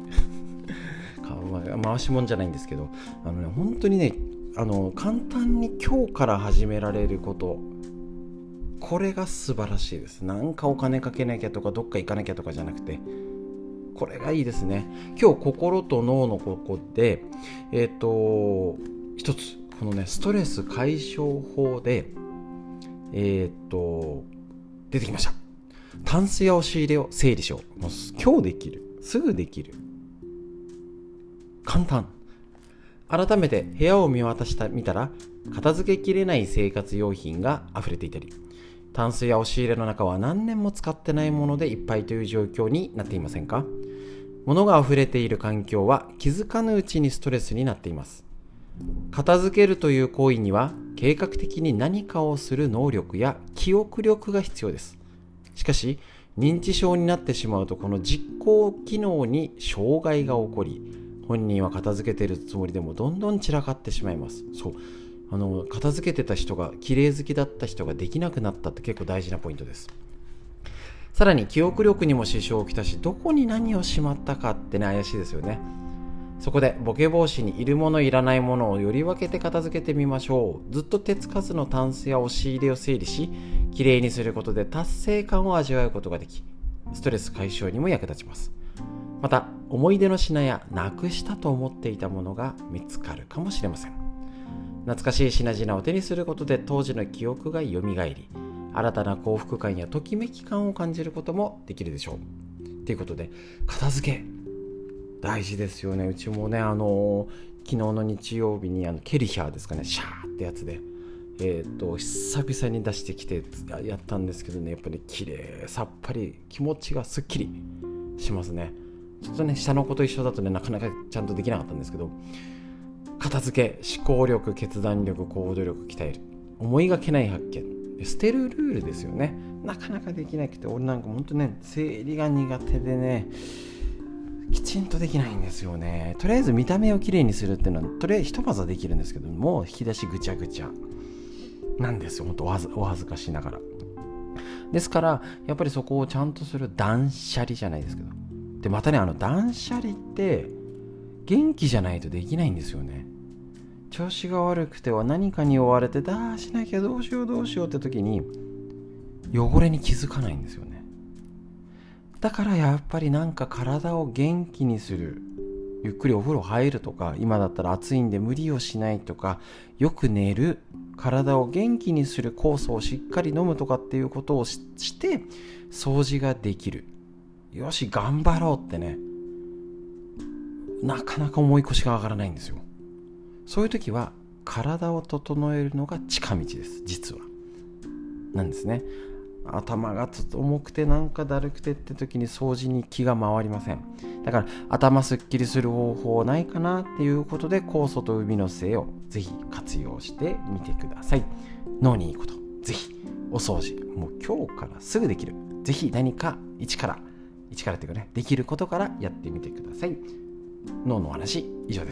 回しもんじゃないんですけど、あのね本当にねあの簡単に今日から始められること、これが素晴らしいです。なんかお金かけなきゃとかどっか行かなきゃとかじゃなくて、これがいいですね。今日心と脳のここでえっ、ー、と一つこのねストレス解消法でえっ、ー、と出てきました。タンスや押し入れを整理しよう。もう今日できる、すぐできる、簡単。改めて部屋を見渡した見たら片付けきれない生活用品が溢れていたり、タンスや押し入れの中は何年も使ってないものでいっぱいという状況になっていませんか？物が溢れている環境は気づかぬうちにストレスになっています。片付けるという行為には計画的に何かをする能力や記憶力が必要です。しかし認知症になってしまうとこの実行機能に障害が起こり、本人は片付けているつもりでもどんどん散らかってしまいます。そうあの片付けてた人が、綺麗好きだった人ができなくなったって結構大事なポイントです。さらに記憶力にも支障をきたし、どこに何をしまったかってね怪しいですよね。そこでボケ防止にいるものいらないものをより分けて片付けてみましょう。ずっと手つかずのタンスや押し入れを整理し、きれいにすることで達成感を味わうことができ、ストレス解消にも役立ちます。また思い出の品やなくしたと思っていたものが見つかるかもしれません。懐かしい品々を手にすることで当時の記憶がよみがえり、新たな幸福感やときめき感を感じることもできるでしょう。ということで片付け大事ですよね。うちもねあの昨日の日曜日にあのケルヒャーですかね、シャーってやつでえー、と久々に出してきてやったんですけどね、やっぱり綺麗さっぱり気持ちがすっきりしますね。ちょっとね下の子と一緒だとねなかなかちゃんとできなかったんですけど、片付け、思考力、決断力、行動力鍛える、思いがけない発見、捨てるルールですよね。なかなかできなくて、俺なんか本当ね整理が苦手でねきちんとできないんですよね。とりあえず見た目をきれいにするっていうのはとりあえずひとまずはできるんですけど、もう引き出しぐちゃぐちゃなんですよ、本当お恥ずお恥ずかしながら。ですからやっぱりそこをちゃんとする断捨離じゃないですけど、でまたねあの断捨離って元気じゃないとできないんですよね。調子が悪くては何かに追われてだーしなきゃどうしようどうしようって時に汚れに気づかないんですよね。だからやっぱりなんか体を元気にする、ゆっくりお風呂入るとか、今だったら暑いんで無理をしないとか、よく寝る、体を元気にする酵素をしっかり飲むとかっていうことを し, して掃除ができる。よし頑張ろうってね、なかなか重い腰が上がらないんですよ。そういう時は体を整えるのが近道です。実はなんですね。頭がちょっと重くてなんかだるくてって時に掃除に気が回りません。だから頭すっきりする方法ないかなっていうことで、酵素と海の精をぜひ活用してみてください。脳にいいこと、ぜひお掃除、もう今日からすぐできる、ぜひ何か一から一からっていうかね、できることからやってみてください。脳のお話以上です。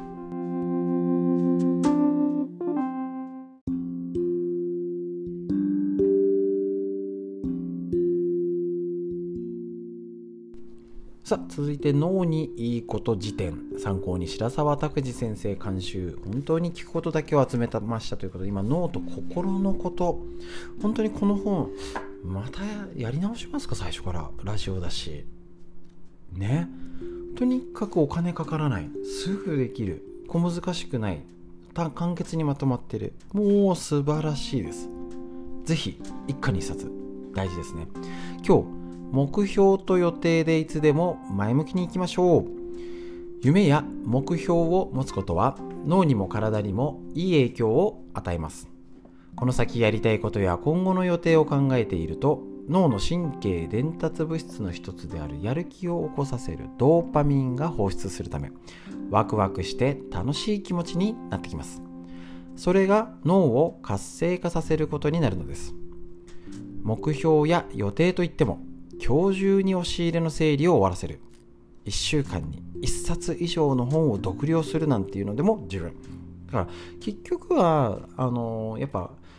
さあ続いて脳にいいこと辞典、参考に白澤拓司先生監修、本当に聞くことだけを集めましたということで、今脳と心のこと、本当にこの本またやり直しますか、最初からラジオだしね。とにかくお金かからない、すぐできる、小難しくない、簡潔にまとまってる、もう素晴らしいです。ぜひ一家に一冊大事ですね。今日目標と予定でいつでも前向きにいきましょう。夢や目標を持つことは脳にも体にもいい影響を与えます。この先やりたいことや今後の予定を考えていると、脳の神経伝達物質の一つであるやる気を起こさせるドーパミンが放出するため、ワクワクして楽しい気持ちになってきます。それが脳を活性化させることになるのです。目標や予定といっても、今日中に押し入れの整理を終わらせる、いっしゅうかんにいっさつ以上の本を読了するなんていうのでも十分だから、結局はあのやっぱ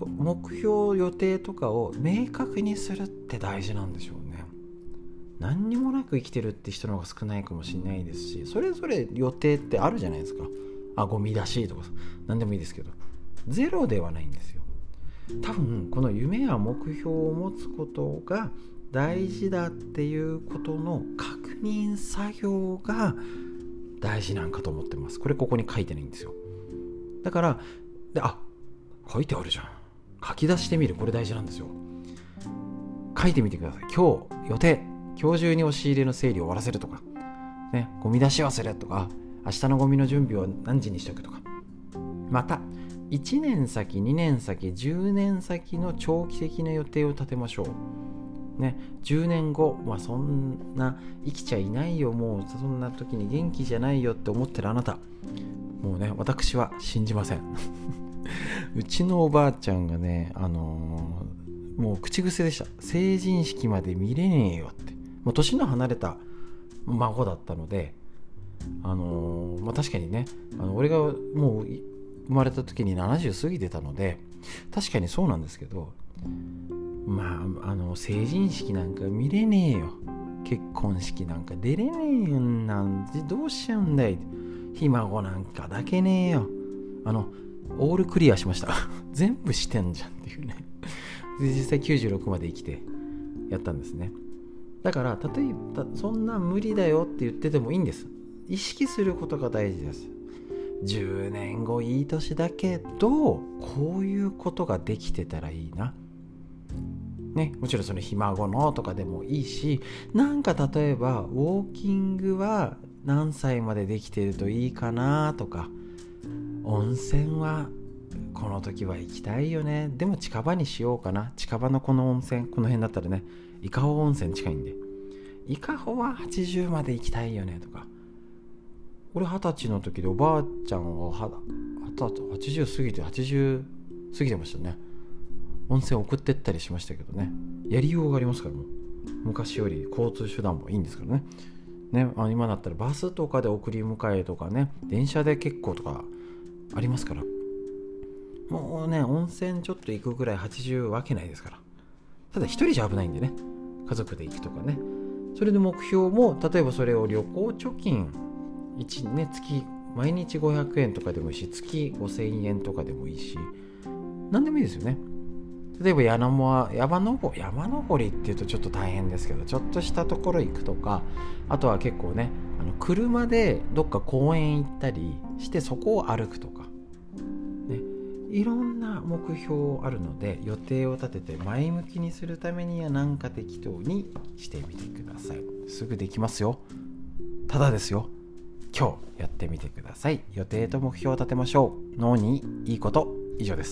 目標予定とかを明確にするって大事なんでしょうね。何にもなく生きてるって人の方が少ないかもしれないですし、それぞれ予定ってあるじゃないですか。あ、ゴミ出しとか何でもいいですけど、ゼロではないんですよ。多分この夢や目標を持つことが大事だっていうことの確認作業が大事なんかと思ってます。これここに書いてないんですよ。だからであ書いてあるじゃん、書き出してみる、これ大事なんですよ。書いてみてください。今日予定、今日中に押し入れの整理を終わらせるとか、ね、ゴミ出し忘れとか、明日のゴミの準備を何時にしておくとか、またいちねん先、にねん先、じゅうねん先の長期的な予定を立てましょう、ね、じゅうねんご、まあ、そんな生きちゃいないよ、もうそんな時に元気じゃないよって思ってるあなた、もうね、私は信じませんうちのおばあちゃんがね、あのー、もう口癖でした。成人式まで見れねえよって。もう年の離れた孫だったので、あのーまあ、確かにね、あの俺がもう生まれた時にななじゅう過ぎてたので、確かにそうなんですけど、まあ、あの成人式なんか見れねえよ、結婚式なんか出れねえよ、なんてどうしちゃうんだい、ひ孫なんかだけねえよ、あのオールクリアしました全部してんじゃんっていうねで実際きゅうじゅうろくまで生きてやったんですね。だから例えばそんな無理だよって言っててもいいんです。意識することが大事です。じゅうねんごいい年だけど、こういうことができてたらいいな、ね、もちろんそのひ孫のとかでもいいし、なんか例えばウォーキングは何歳までできてるといいかなとか、温泉はこの時は行きたいよね、でも近場にしようかな、近場のこの温泉、この辺だったらね、伊香保温泉近いんで、伊香保ははちじゅうまで行きたいよねとか、俺はたちの時でおばあちゃんははちじゅう過ぎてはちじゅう過ぎてましたね。温泉送ってったりしましたけどね、やりようがありますから、もう昔より交通手段もいいんですからね。ね、あの今だったらバスとかで送り迎えとかね、電車で結構とかありますから、もうね、温泉ちょっと行くぐらいはちじゅうわけないですから。ただ一人じゃ危ないんでね、家族で行くとかね。それで目標も、例えばそれを旅行貯金いち、ね、月毎日ごひゃくえんとかでもいいし、月ごせんえんとかでもいいし、何でもいいですよね。例えば山も山登り、山登りっていうとちょっと大変ですけど、ちょっとしたところ行くとか、あとは結構ね、あの車でどっか公園行ったりしてそこを歩くとか、ね、いろんな目標あるので、予定を立てて前向きにするためには何か適当にしてみてください。すぐできますよ。ただですよ。今日やってみてください。予定と目標を立てましょう。脳にいいこと、以上です。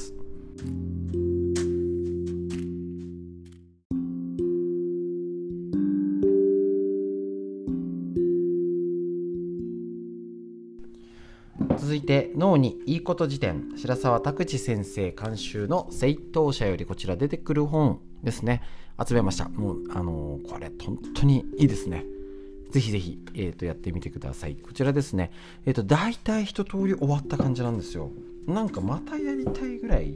続いて、脳にいいこと辞典、白澤拓司先生監修の聖闘者よりこちら出てくる本ですね、集めました。もうあのー、これ本当にいいですね。ぜひぜひ、えー、とやってみてください。こちらですね、えー、と大体一通り終わった感じなんですよ。なんかまたやりたいぐらい、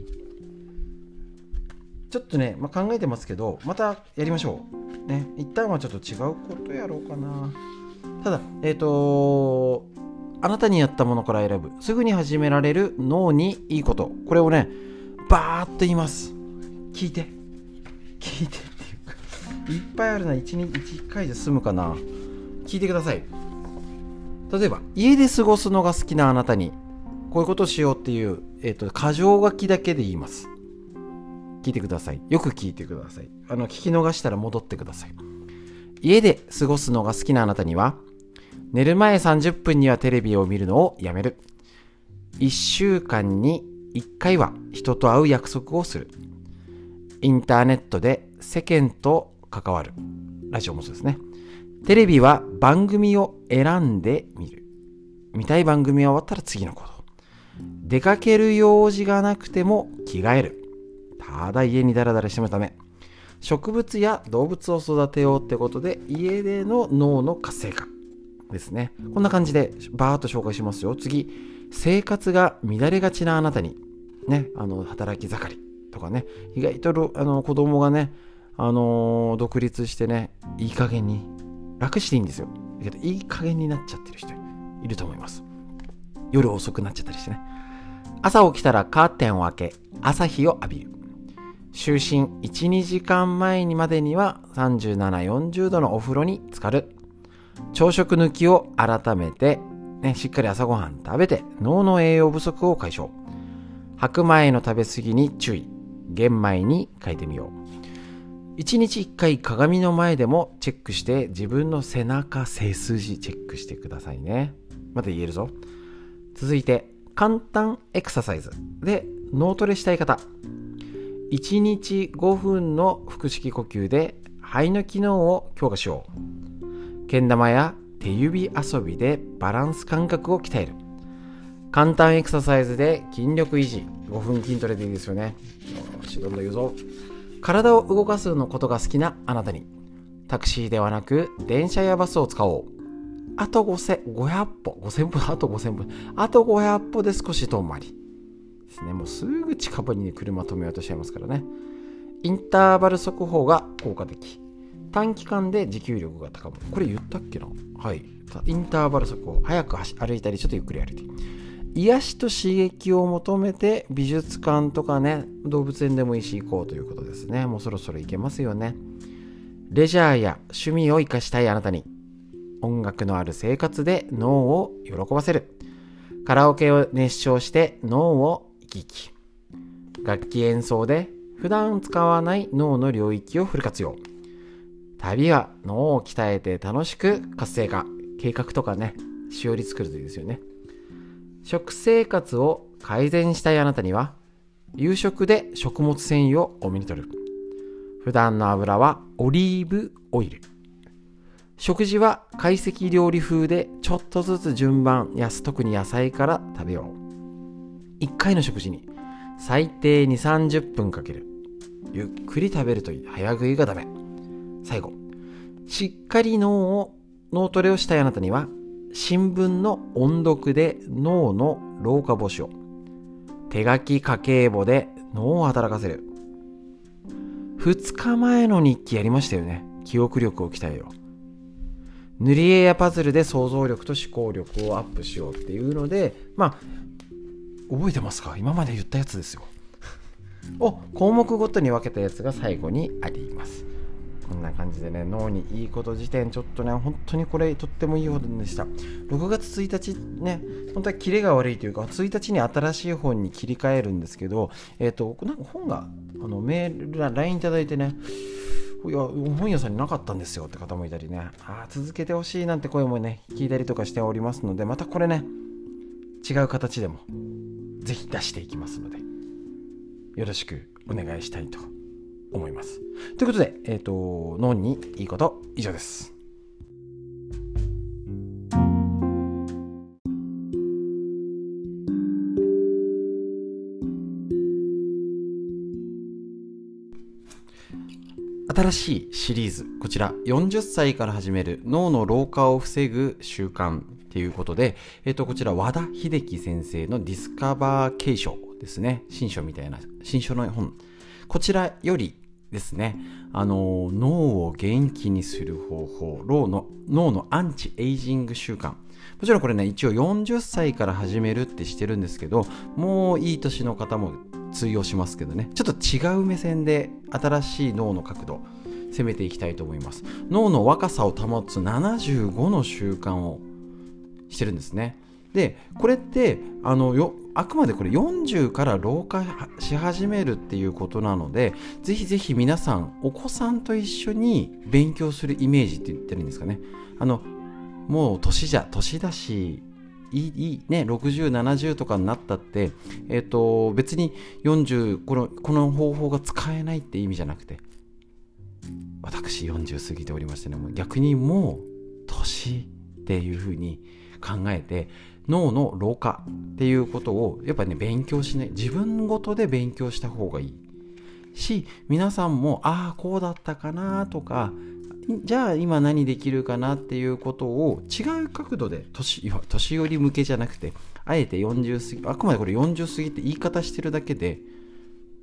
ちょっとね、まあ、考えてますけど、またやりましょうね。一旦はちょっと違うことやろうかな。ただえっ、ー、とあなたに合ったものから選ぶ、すぐに始められる脳にいいこと、これをねバーッと言います。聞いて聞いてっていうか、いっぱいあるな。 いちにちいっかいで済むかな。聞いてください。例えば、家で過ごすのが好きなあなたにこういうことをしようっていう、えーと、箇条書きだけで言います。聞いてください。よく聞いてください。あの聞き逃したら戻ってください。家で過ごすのが好きなあなたには、寝る前さんじゅっぷんにはテレビを見るのをやめる。いっしゅうかんにいっかいは人と会う約束をする。インターネットで世間と関わる。ラジオもそうですね。テレビは番組を選んで見る。見たい番組が終わったら次のこと。出かける用事がなくても着替える。ただ家にダラダラしてもため。植物や動物を育てようってことで、家での脳の活性化ですね。こんな感じでバーッと紹介しますよ。次、生活が乱れがちなあなたにね、あの働き盛りとかね、意外とあの子供がね、あのー、独立してね、いい加減に楽していいんですよ。だけどいい加減になっちゃってる人いると思います。夜遅くなっちゃったりしてね。朝起きたらカーテンを開け、朝日を浴びる。就寝いち、にじかんまえにまでにはさんじゅうなな、よんじゅうどのお風呂に浸かる。朝食抜きを改めて、ね、しっかり朝ごはん食べて脳の栄養不足を解消。白米の食べ過ぎに注意。玄米に変えてみよう。いちにちいっかい鏡の前でもチェックして自分の背中背筋チェックしてくださいね。また言えるぞ。続いて簡単エクササイズで脳トレしたい方、いちにちごふんの腹式呼吸で肺の機能を強化しよう。けん玉や手指遊びでバランス感覚を鍛える。簡単エクササイズで筋力維持。ごふん筋トレでいいですよね。よし、どんどん言うぞ。体を動かすのことが好きなあなたに、タクシーではなく電車やバスを使おう。あとごひゃく歩、ごせん歩、あとごせん歩、あとごひゃく歩で少し遠回りですね。もうすぐ近場に、ね、車止めようとしちゃいますからね。インターバル速歩が効果的。短期間で持久力が高まる。これ言ったっけな。はい。インターバル速歩、早く歩いたりちょっとゆっくり歩いて、癒しと刺激を求めて美術館とかね、動物園でもいいし行こうということですね。もうそろそろ行けますよね。レジャーや趣味を生かしたいあなたに、音楽のある生活で脳を喜ばせる。カラオケを熱唱して脳を生き生き。楽器演奏で普段使わない脳の領域をフル活用。旅は脳を鍛えて楽しく活性化。計画とかね、しおり作るといいですよね。食生活を改善したいあなたには、夕食で食物繊維を多めに摂る。普段の油はオリーブオイル。食事は懐石料理風でちょっとずつ順番や特に野菜から食べよう。いっかいの食事に最低に、さんじゅっぷんかける。ゆっくり食べるといい。早食いがダメ。最後、しっかり脳を脳トレをしたいあなたには、新聞の音読で脳の老化防止を。手書き家計簿で脳を働かせる。ふつかまえの日記やりましたよね。記憶力を鍛えよう。塗り絵やパズルで想像力と思考力をアップしようっていうので、まあ覚えてますか？今まで言ったやつですよ。を項目ごとに分けたやつが最後にあります。こんな感じでね、脳にいいこと辞典、ちょっとね、本当にこれとってもいい本でした。ろくがつついたちね、本当はキレが悪いというか、ついたちに新しい本に切り替えるんですけど、えっと、なんか本があのメール、ライン いただいてね、いや、本屋さんになかったんですよって方もいたりね、あ、続けてほしいなんて声もね、聞いたりとかしておりますので、またこれね、違う形でもぜひ出していきますので、よろしくお願いしたいと思います。ということで、えっと、脳にいいこと以上です。新しいシリーズ、こちらよんじゅっさいから始める脳の老化を防ぐ習慣ということで、えっと、こちら和田秀樹先生のディスカバー継承ですね。新書みたいな新書の本、こちらよりですね、あの脳を元気にする方法、脳の脳のアンチエイジング習慣。もちろんこれね、一応よんじゅっさいから始めるってしてるんですけど、もういい年の方も通用しますけどね、ちょっと違う目線で新しい脳の角度攻めていきたいと思います。脳の若さを保つななじゅうごの習慣をしてるんですね。で、これってあのよあくまでこれよんじゅうから老化し始めるっていうことなので、ぜひぜひ皆さんお子さんと一緒に勉強するイメージって言ってるんですかね。あのもう年じゃ年だしいいいいね、ろくじゅう、ななじゅうとかになったって、えーと、別によんじゅうこの、この方法が使えないって意味じゃなくて、私よんじゅう過ぎておりましてね、もう逆にもう年っていう風に考えて、脳の老化っていうことをやっぱりね、勉強しない、自分ごとで勉強した方がいいし、皆さんもああこうだったかなとか、じゃあ今何できるかなっていうことを違う角度で 年, 年寄り向けじゃなくて、あえてよんじゅう過ぎ、あくまでこれよんじゅう過ぎって言い方してるだけで、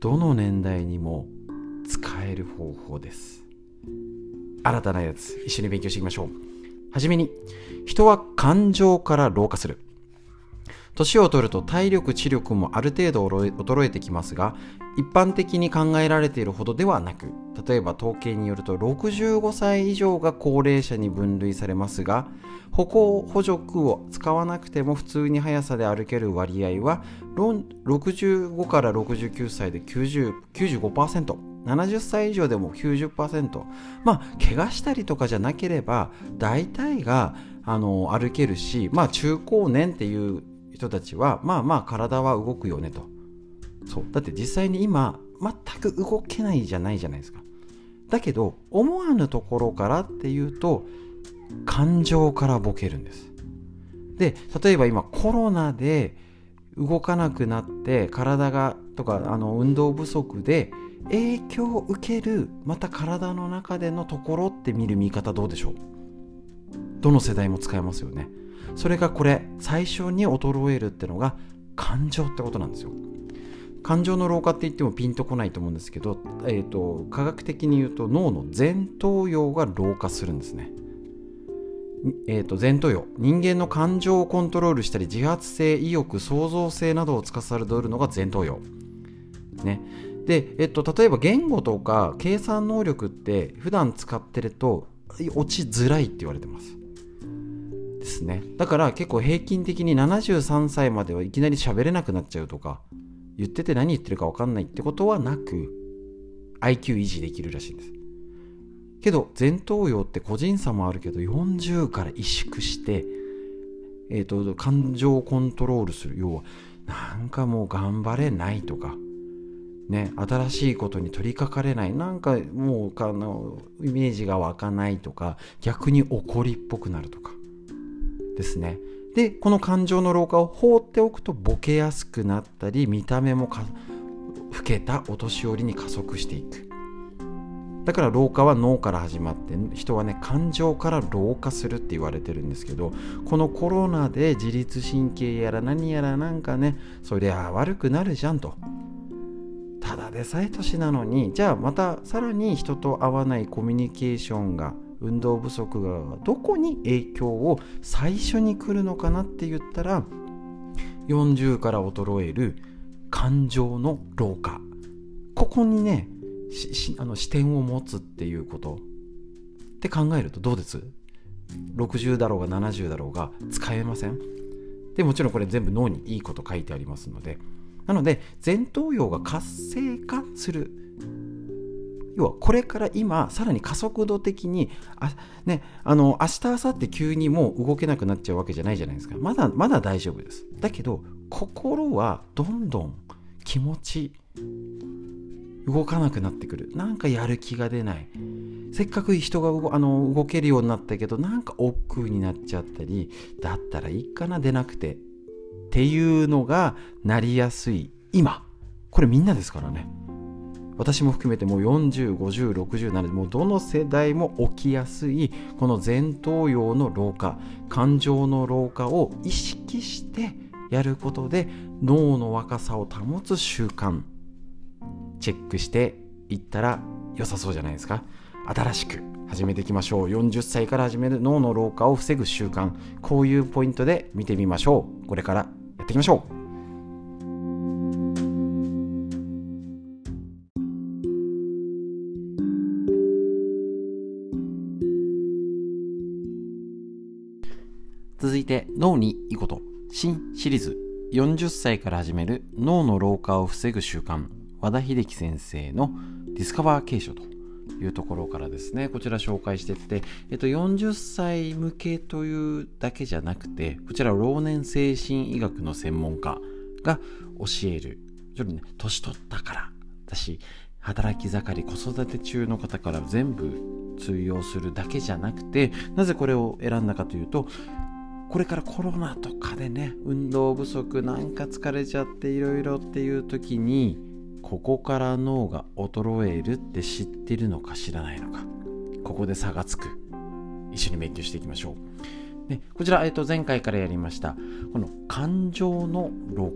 どの年代にも使える方法です。新たなやつ、一緒に勉強していきましょう。はじめに、人は感情から老化する。年を取ると体力知力もある程度衰えてきますが、一般的に考えられているほどではなく、例えば統計によるとろくじゅうごさい以上が高齢者に分類されますが、歩行補助具を使わなくても普通に速さで歩ける割合はろくじゅうごからろくじゅうきゅうさいできゅうじゅう、きゅうじゅうごパーセント、ななじゅっさい以上でも きゅうじゅっパーセント、まあ怪我したりとかじゃなければ大体があの歩けるし、まあ中高年っていう人たちはまあまあ体は動くよねと。そうだって実際に今全く動けないじゃないじゃないですか。だけど思わぬところからっていうと感情からボケるんです。で例えば今コロナで動かなくなって体がとかあの運動不足で影響を受けるまた体の中でのところって見る見方どうでしょう。どの世代も使えますよね。それがこれ最初に衰えるってのが感情ってことなんですよ。感情の老化って言ってもピンとこないと思うんですけど、えーと、科学的に言うと脳の前頭葉が老化するんですね。えーと、前頭葉、人間の感情をコントロールしたり自発性、意欲、創造性などを司るのが前頭葉、ね。で、えーと、例えば言語とか計算能力って普段使ってると落ちづらいって言われてますですね。だから結構平均的にななじゅうさんさいまではいきなり喋れなくなっちゃうとか、言ってて何言ってるか分かんないってことはなく アイキュー 維持できるらしいんです。けど前頭葉って個人差もあるけどよんじゅうから萎縮して、えーと、感情をコントロールする。要はなんかもう頑張れないとかね、新しいことに取り掛かれない、なんかもうあのイメージが湧かないとか、逆に怒りっぽくなるとかですね。でこの感情の老化を放っておくとボケやすくなったり、見た目もか老けたお年寄りに加速していく。だから老化は脳から始まって、人はね感情から老化するって言われてるんですけど、このコロナで自律神経やら何やらなんかね、そりゃ悪くなるじゃんと。ただでさえ年なのに、じゃあまたさらに人と会わないコミュニケーションが、運動不足がどこに影響を最初に来るのかなって言ったら、よんじゅうから衰える感情の老化、ここにねししあの視点を持つっていうことって考えるとどうです？ろくじゅうだろうがななじゅうだろうが使えません？でもちろんこれ全部脳にいいこと書いてありますので、なので前頭葉が活性化する。要はこれから今さらに加速度的にあ、ね、あの明日明後日急にもう動けなくなっちゃうわけじゃないじゃないですか。まだまだ大丈夫です。だけど心はどんどん気持ち動かなくなってくる。なんかやる気が出ない。せっかく人が 動, あの動けるようになったけど、なんか億劫になっちゃったり、だったらいいかな出なくてっていうのがなりやすい今。これみんなですからね。私も含めてもうよんじゅう、ごじゅう、ろくじゅうなな、もうどの世代も起きやすいこの前頭葉の老化、感情の老化を意識してやることで脳の若さを保つ習慣チェックしていったら良さそうじゃないですか。新しく始めていきましょう。よんじゅっさいから始める脳の老化を防ぐ習慣、こういうポイントで見てみましょう。これからやっていきましょう。続いて脳にいいこと、新シリーズ、よんじゅっさいから始める脳の老化を防ぐ習慣、和田秀樹先生のディスカバー継承というところからですね、こちら紹介していって、えっと、よんじゅっさい向けというだけじゃなくて、こちら老年精神医学の専門家が教える、ちょっとね、年取ったからだし、働き盛り子育て中の方から全部通用するだけじゃなくて、なぜこれを選んだかというと、これからコロナとかでね、運動不足、なんか疲れちゃっていろいろっていう時に、ここから脳が衰えるって知ってるのか知らないのか、ここで差がつく。一緒に勉強していきましょう。ね、こちら、えっと、前回からやりましたこの感情の老化、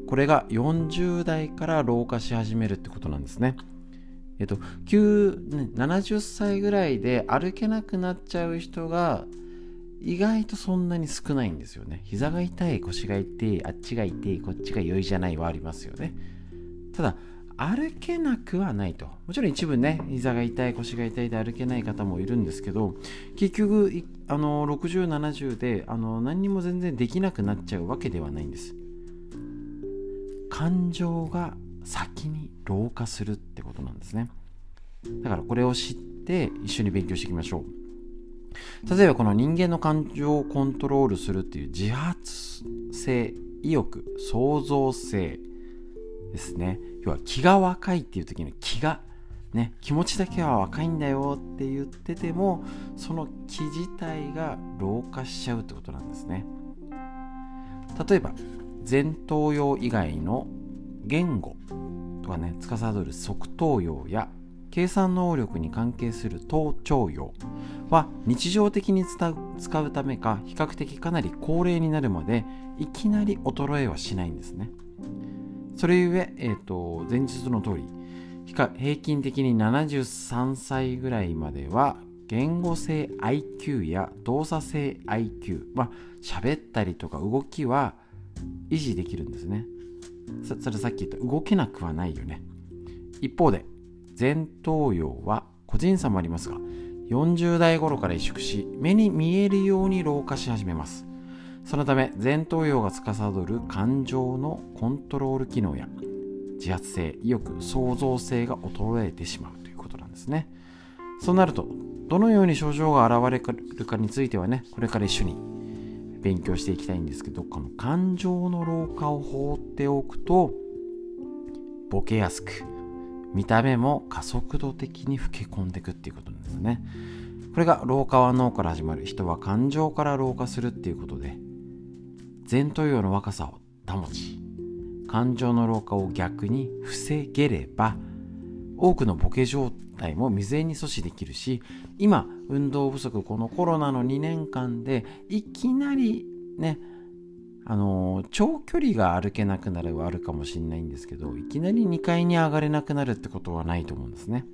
これがよんじゅう代から老化し始めるってことなんですね。えっと、きゅう、ななじゅっさいぐらいで歩けなくなっちゃう人が意外とそんなに少ないんですよね。膝が痛い、腰が痛い、あっちが痛い、こっちが良いじゃないはありますよね。ただ歩けなくはないと。もちろん一部ね、膝が痛い、腰が痛いで歩けない方もいるんですけど、結局あのろくじゅう、ななじゅうであの何にも全然できなくなっちゃうわけではないんです。感情が先に老化するってことなんですね。だからこれを知って一緒に勉強していきましょう。例えばこの人間の感情をコントロールするっていう自発性、意欲、創造性ですね。要は気が若いっていう時の気がね、気持ちだけは若いんだよって言ってても、その気自体が老化しちゃうってことなんですね。例えば前頭葉以外の言語とかね、司る側頭葉や計算能力に関係する頭頂葉は日常的に使うためか、比較的かなり高齢になるまでいきなり衰えはしないんですね。それゆえ、えーと、前述の通り平均的にななじゅっさんさいぐらいまでは言語性 アイキュー や動作性 アイキュー、まあ喋ったりとか動きは維持できるんですね。そ, それさっき言った動けなくはないよね。一方で前頭葉は個人差もありますが、よんじゅう代頃から萎縮し、目に見えるように老化し始めます。そのため前頭葉が司る感情のコントロール機能や自発性、意欲、創造性が衰えてしまうということなんですね。そうなるとどのように症状が現れるかについてはね、これから一緒に勉強していきたいんですけど、この感情の老化を放っておくとボケやすく、見た目も加速度的に老け込んでいくっていうことなんですね。これが老化は脳から始まる。人は感情から老化するっていうことで、前頭葉の若さを保ち、感情の老化を逆に防げれば、多くのボケ状態も未然に阻止できるし、今運動不足、このコロナのにねんかんでいきなりね、あのー、長距離が歩けなくなるはあるかもしれないんですけど、いきなりにかいに上がれなくなるってことはないと思うんですね。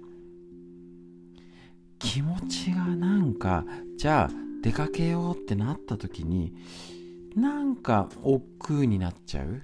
気持ちがなんか、じゃあ出かけようってなった時になんか億劫になっちゃう。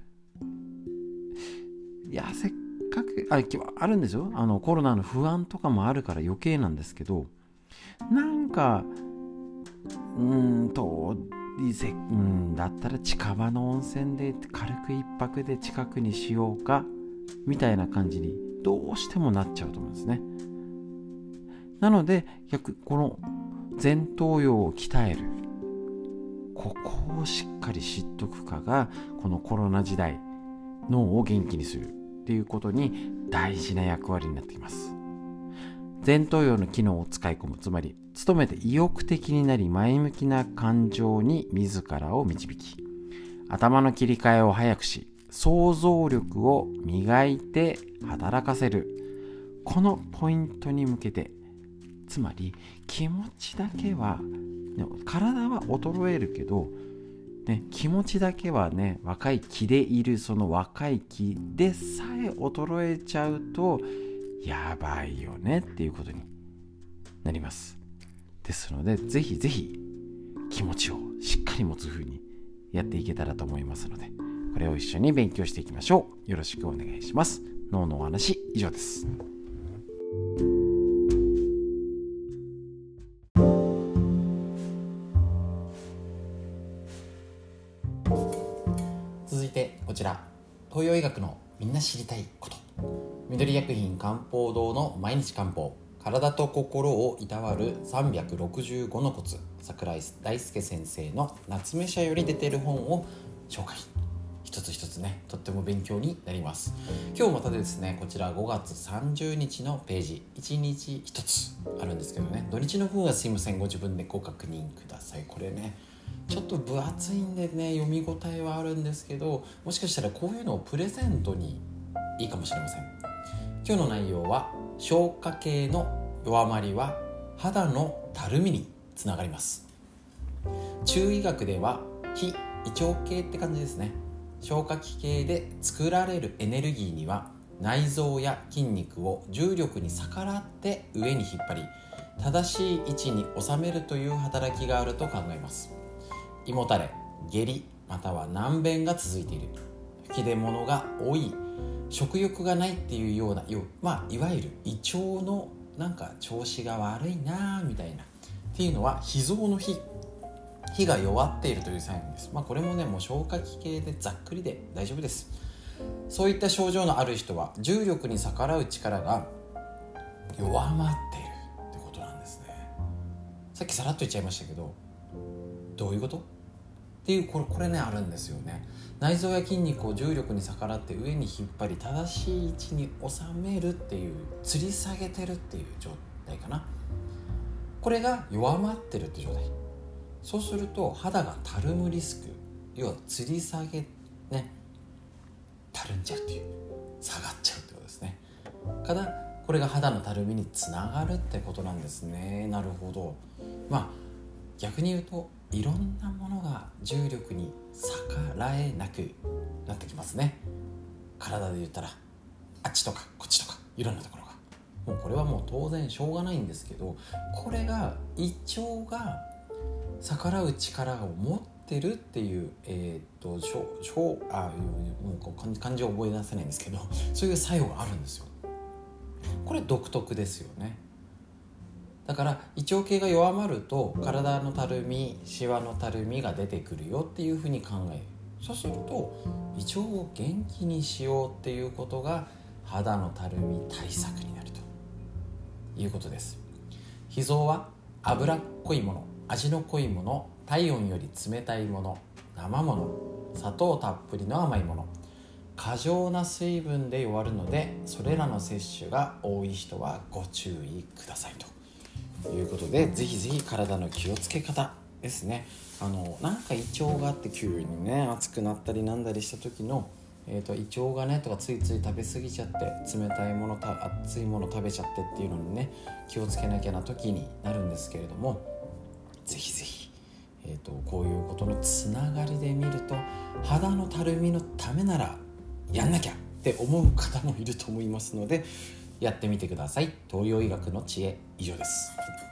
いや、せっかく あ, あるんですよ。あのコロナの不安とかもあるから余計なんですけど、なんかうーんとうんだったら近場の温泉で軽く一泊で近くにしようかみたいな感じにどうしてもなっちゃうと思うんですね。なので逆この前頭葉を鍛える、ここをしっかり知っとくかが、このコロナ時代脳を元気にするっていうことに大事な役割になってきます。前頭葉の機能を使い込む、つまり努めて意欲的になり前向きな感情に自らを導き、頭の切り替えを早くし、想像力を磨いて働かせる、このポイントに向けて、つまり気持ちだけは、ね、体は衰えるけど、ね、気持ちだけはね、若い気でいる、その若い気でさえ衰えちゃうとやばいよねっていうことになります。ですので、ぜひぜひ気持ちをしっかり持つ風にやっていけたらと思いますので、これを一緒に勉強していきましょう。よろしくお願いします。脳のお話以上です。続いてこちら、東洋医学のみんな知りたいこと、緑薬品漢方堂の毎日漢方、体と心をいたわるさんびゃくろくじゅうごのコツ、櫻井大輔先生の夏目社より出ている本を紹介。一つ一つね、とっても勉強になります。今日またですね、こちらごがつさんじゅうにちのページ、いちにちひとつあるんですけどね、土日の分はすいません、ご自分でご確認ください。これね、ちょっと分厚いんでね、読み応えはあるんですけど、もしかしたらこういうのをプレゼントにいいかもしれません。今日の内容は、消化系の弱まりは肌のたるみにつながります。中医学では非胃腸系って感じですね。 消化器系で作られるエネルギーには内臓や筋肉を重力に逆らって上に引っ張り、正しい位置に収めるという働きがあると考えます。胃もたれ、下痢または軟便が続いている、吹き出物が多い、食欲がないっていうような、まあ、いわゆる胃腸のなんか調子が悪いなみたいなっていうのは脾臓の脾火が弱っているというサインです。まあ、これもね、もう消化器系でざっくりで大丈夫です。そういった症状のある人は重力に逆らう力が弱まっているってことなんですね。さっきさらっと言っちゃいましたけど、どういうことっていう、これ、これねあるんですよね。内臓や筋肉を重力に逆らって上に引っ張り、正しい位置に収めるっていう、吊り下げてるっていう状態かな。これが弱まってるって状態。そうすると肌がたるむリスク、要は吊り下げね、たるんじゃうっていう、下がっちゃうってことですね。ただこれが肌のたるみにつながるってことなんですね。なるほど。まあ逆に言うと、いろんなものが重力に逆らえなくなってきますね。体で言ったらあっちとかこっちとかいろんなところが、もうこれはもう当然しょうがないんですけど、これが胃腸が逆らう力を持ってるっていう、えー、っとしょしょあもうこう漢字を覚え出せないんですけど、そういう作用があるんですよ。これ独特ですよね。だから胃腸系が弱まると体のたるみ、シワのたるみが出てくるよっていうふうに考える。そうすると胃腸を元気にしようっていうことが肌のたるみ対策になるということです。脾臓は脂っこいもの、味の濃いもの、体温より冷たいもの、生もの、砂糖たっぷりの甘いもの、過剰な水分で弱るので、それらの摂取が多い人はご注意くださいということで、ぜひぜひ体の気をつけ方ですね。あのなんか胃腸があって急にね熱くなったりなんだりした時の、えー、と胃腸がねとかついつい食べ過ぎちゃって、冷たいものた熱いもの食べちゃってっていうのにね気をつけなきゃな時になるんですけれども、ぜひぜひ、えー、とこういうことのつながりで見ると、肌のたるみのためならやんなきゃって思う方もいると思いますので、やってみてください。東洋医学の知恵、以上です。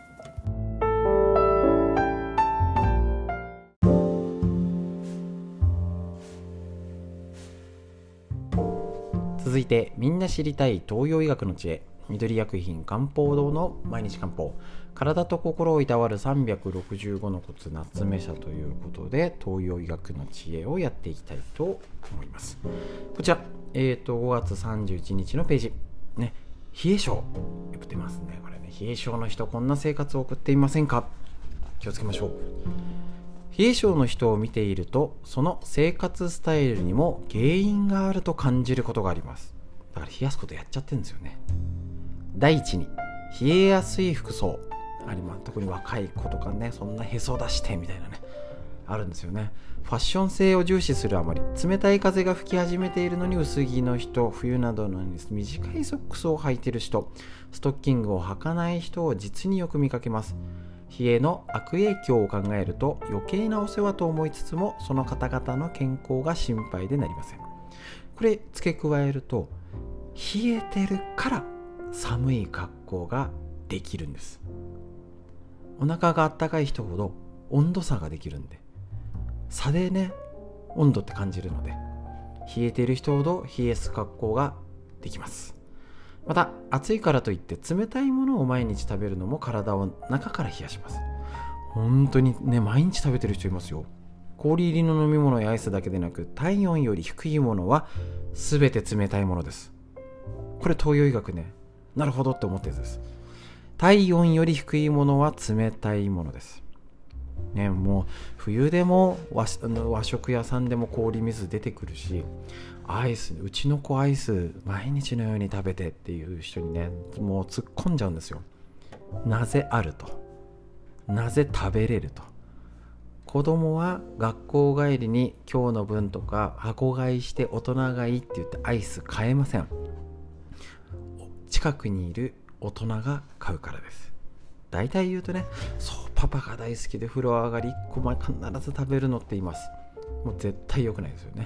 続いて、みんな知りたい東洋医学の知恵、緑薬品漢方堂の毎日漢方、体と心をいたわるさんびゃくろくじゅうごのコツ夏目社ということで、東洋医学の知恵をやっていきたいと思います。こちら、えー、とごがつさんじゅういちにちのページ、ね、冷え性よく出ますね。これね、冷え性の人こんな生活を送っていませんか？気をつけましょう。冷え性の人を見ていると、その生活スタイルにも原因があると感じることがあります。だから冷やすことやっちゃってるんですよね。第一に、冷えやすい服装あります。特に若い子とかね、そんなへそ出してみたいなね、あるんですよね。ファッション性を重視するあまり、冷たい風が吹き始めているのに薄着の人、冬などの短いソックスを履いている人、ストッキングを履かない人を実によく見かけます。冷えの悪影響を考えると余計なお世話と思いつつも、その方々の健康が心配でなりません。これ付け加えると、冷えてるから寒い格好ができるんです。お腹があったかい人ほど温度差ができるんで、差でね温度って感じるので、冷えている人ほど冷えす格好ができます。また、暑いからといって冷たいものを毎日食べるのも体を中から冷やします。本当にね、毎日食べてる人いますよ。氷入りの飲み物やアイスだけでなく、体温より低いものは全て冷たいものです。これ東洋医学ね、なるほどって思ってるんです。体温より低いものは冷たいものですね。もう冬でも 和, 和食屋さんでも氷水出てくるし、アイス、うちの子アイス毎日のように食べてっていう人にね、もう突っ込んじゃうんですよ。なぜあると、なぜ食べれると。子供は学校帰りに今日の分とか箱買いして大人がいいって言ってアイス買えません。近くにいる大人が買うからです。大体言うとね、そうパパが大好きで風呂上がりいっこまえ必ず食べるのって言います。もう絶対良くないですよね。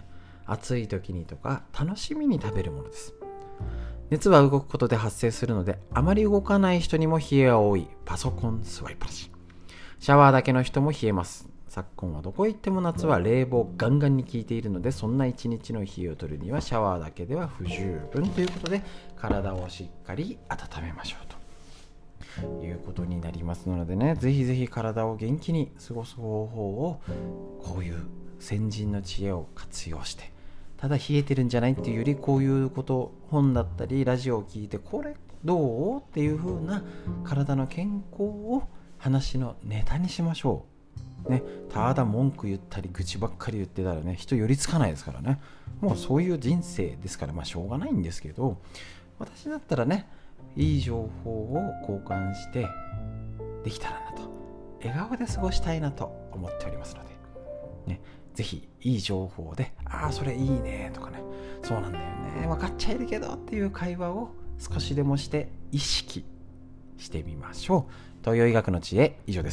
暑い時にとか楽しみに食べるものです。熱は動くことで発生するので、あまり動かない人にも冷えが多いパソコン座りっぱなし。シャワーだけの人も冷えます。昨今はどこへ行っても夏は冷房ガンガンに効いているので、そんな一日の冷えを取るにはシャワーだけでは不十分ということで、体をしっかり温めましょうということになりますのでね、ぜひぜひ体を元気に過ごす方法を、こういう先人の知恵を活用して、ただ冷えてるんじゃないっていうより、こういうこと、本だったりラジオを聞いてこれどうっていう風な体の健康を話のネタにしましょうね。ただ文句言ったり愚痴ばっかり言ってたらね、人寄りつかないですからね。もうそういう人生ですから、まあしょうがないんですけど、私だったらね、いい情報を交換してできたらなと、笑顔で過ごしたいなと思っておりますのでね、ぜひいい情報で、ああそれいいねとかね、そうなんだよね、分かっちゃいるけどっていう会話を少しでもして意識してみましょう。東洋医学の知恵、以上です。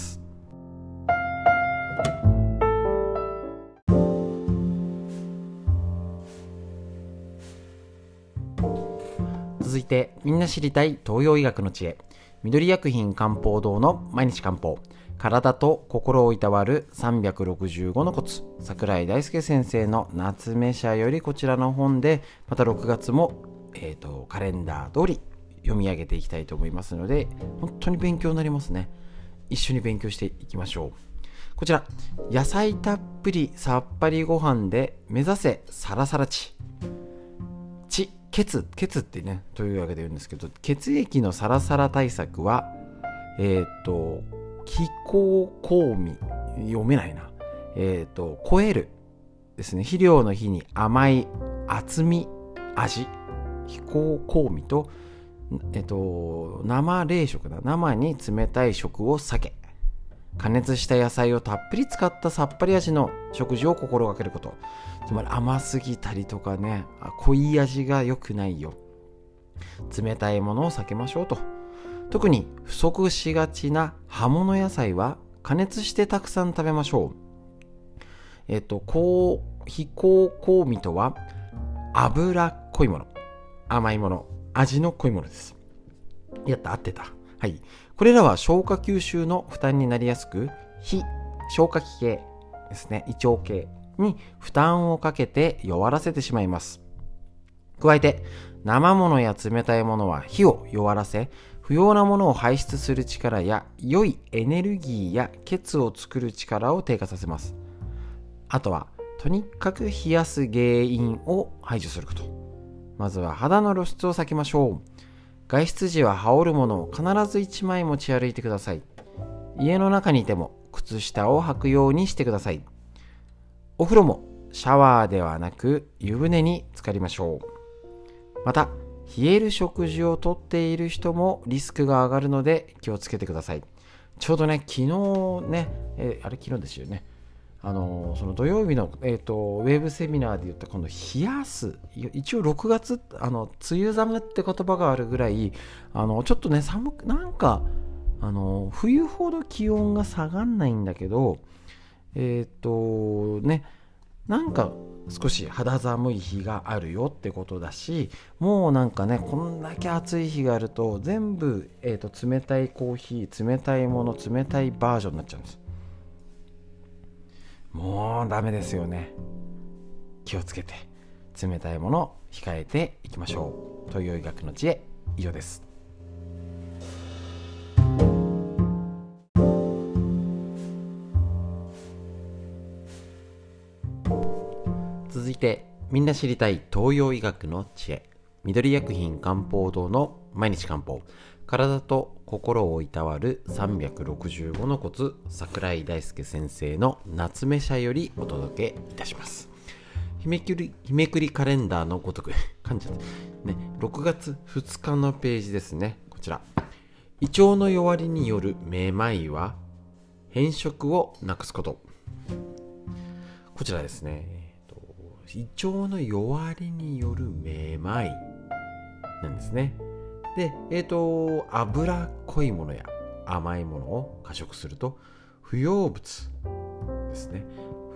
続いて、みんな知りたい東洋医学の知恵、緑薬品漢方堂の毎日漢方、体と心をいたわるさんびゃくろくじゅうごのコツ、櫻井大輔先生の夏目社よりこちらの本で、またろくがつも、えーと、カレンダー通り読み上げていきたいと思いますので、本当に勉強になりますね。一緒に勉強していきましょう。こちら、野菜たっぷりさっぱりご飯で目指せサラサラ血。血、血、血ってね、というわけで言うんですけど、血液のサラサラ対策は、えっと、気候香味、読めないな。えっと、超えるですね。肥料の日に甘い、厚み、味、気候香味と、えっと、生冷食だ。生に冷たい食を避け、加熱した野菜をたっぷり使ったさっぱり味の食事を心がけること。つまり甘すぎたりとかね、濃い味が良くないよ。冷たいものを避けましょうと。特に不足しがちな葉物野菜は加熱してたくさん食べましょう。えっと、高、非高香味とは脂っこいもの、甘いもの、味の濃いものです。やった、合ってた。はい。これらは消化吸収の負担になりやすく、非消化器系ですね、胃腸系に負担をかけて弱らせてしまいます。加えて、生ものや冷たいものは火を弱らせ、不要なものを排出する力や良いエネルギーや血を作る力を低下させます。あとは、とにかく冷やす原因を排除すること。まずは肌の露出を避けましょう。外出時は羽織るものを必ずいちまい持ち歩いてください。家の中にいても靴下を履くようにしてください。お風呂もシャワーではなく湯船に浸かりましょう。また、冷える食事をとっている人もリスクが上がるので気をつけてください。ちょうどね、昨日ね、えー、あれ昨日ですよね。あのー、その土曜日の、えーと、ウェブセミナーで言ったこの冷やす、一応ろくがつ、あの梅雨寒って言葉があるぐらい、あのちょっとね寒く、なんかあの冬ほど気温が下がんないんだけど、えっとね、なんか少し肌寒い日があるよってことだし、もうなんかね、こんだけ暑い日があると全部、えーと、冷たいコーヒー、冷たいもの、冷たいバージョンになっちゃうんです。もうダメですよね。気をつけて冷たいものを控えていきましょう。東洋医学の知恵、以上です。続いて、みんな知りたい東洋医学の知恵、緑薬品漢方堂の毎日漢方、体と心をいたわるさんびゃくろくじゅうごのコツ、櫻井大輔先生の夏目社よりお届けいたします。日めくり、日めくりカレンダーのごとく噛んじゃった、ね、ろくがつふつかのページですね。こちら、胃腸の弱りによるめまいは変色をなくすこと。こちらですね、胃腸の弱りによるめまいなんですね。で、えっと、脂っこいものや甘いものを過食すると不要物ですね。不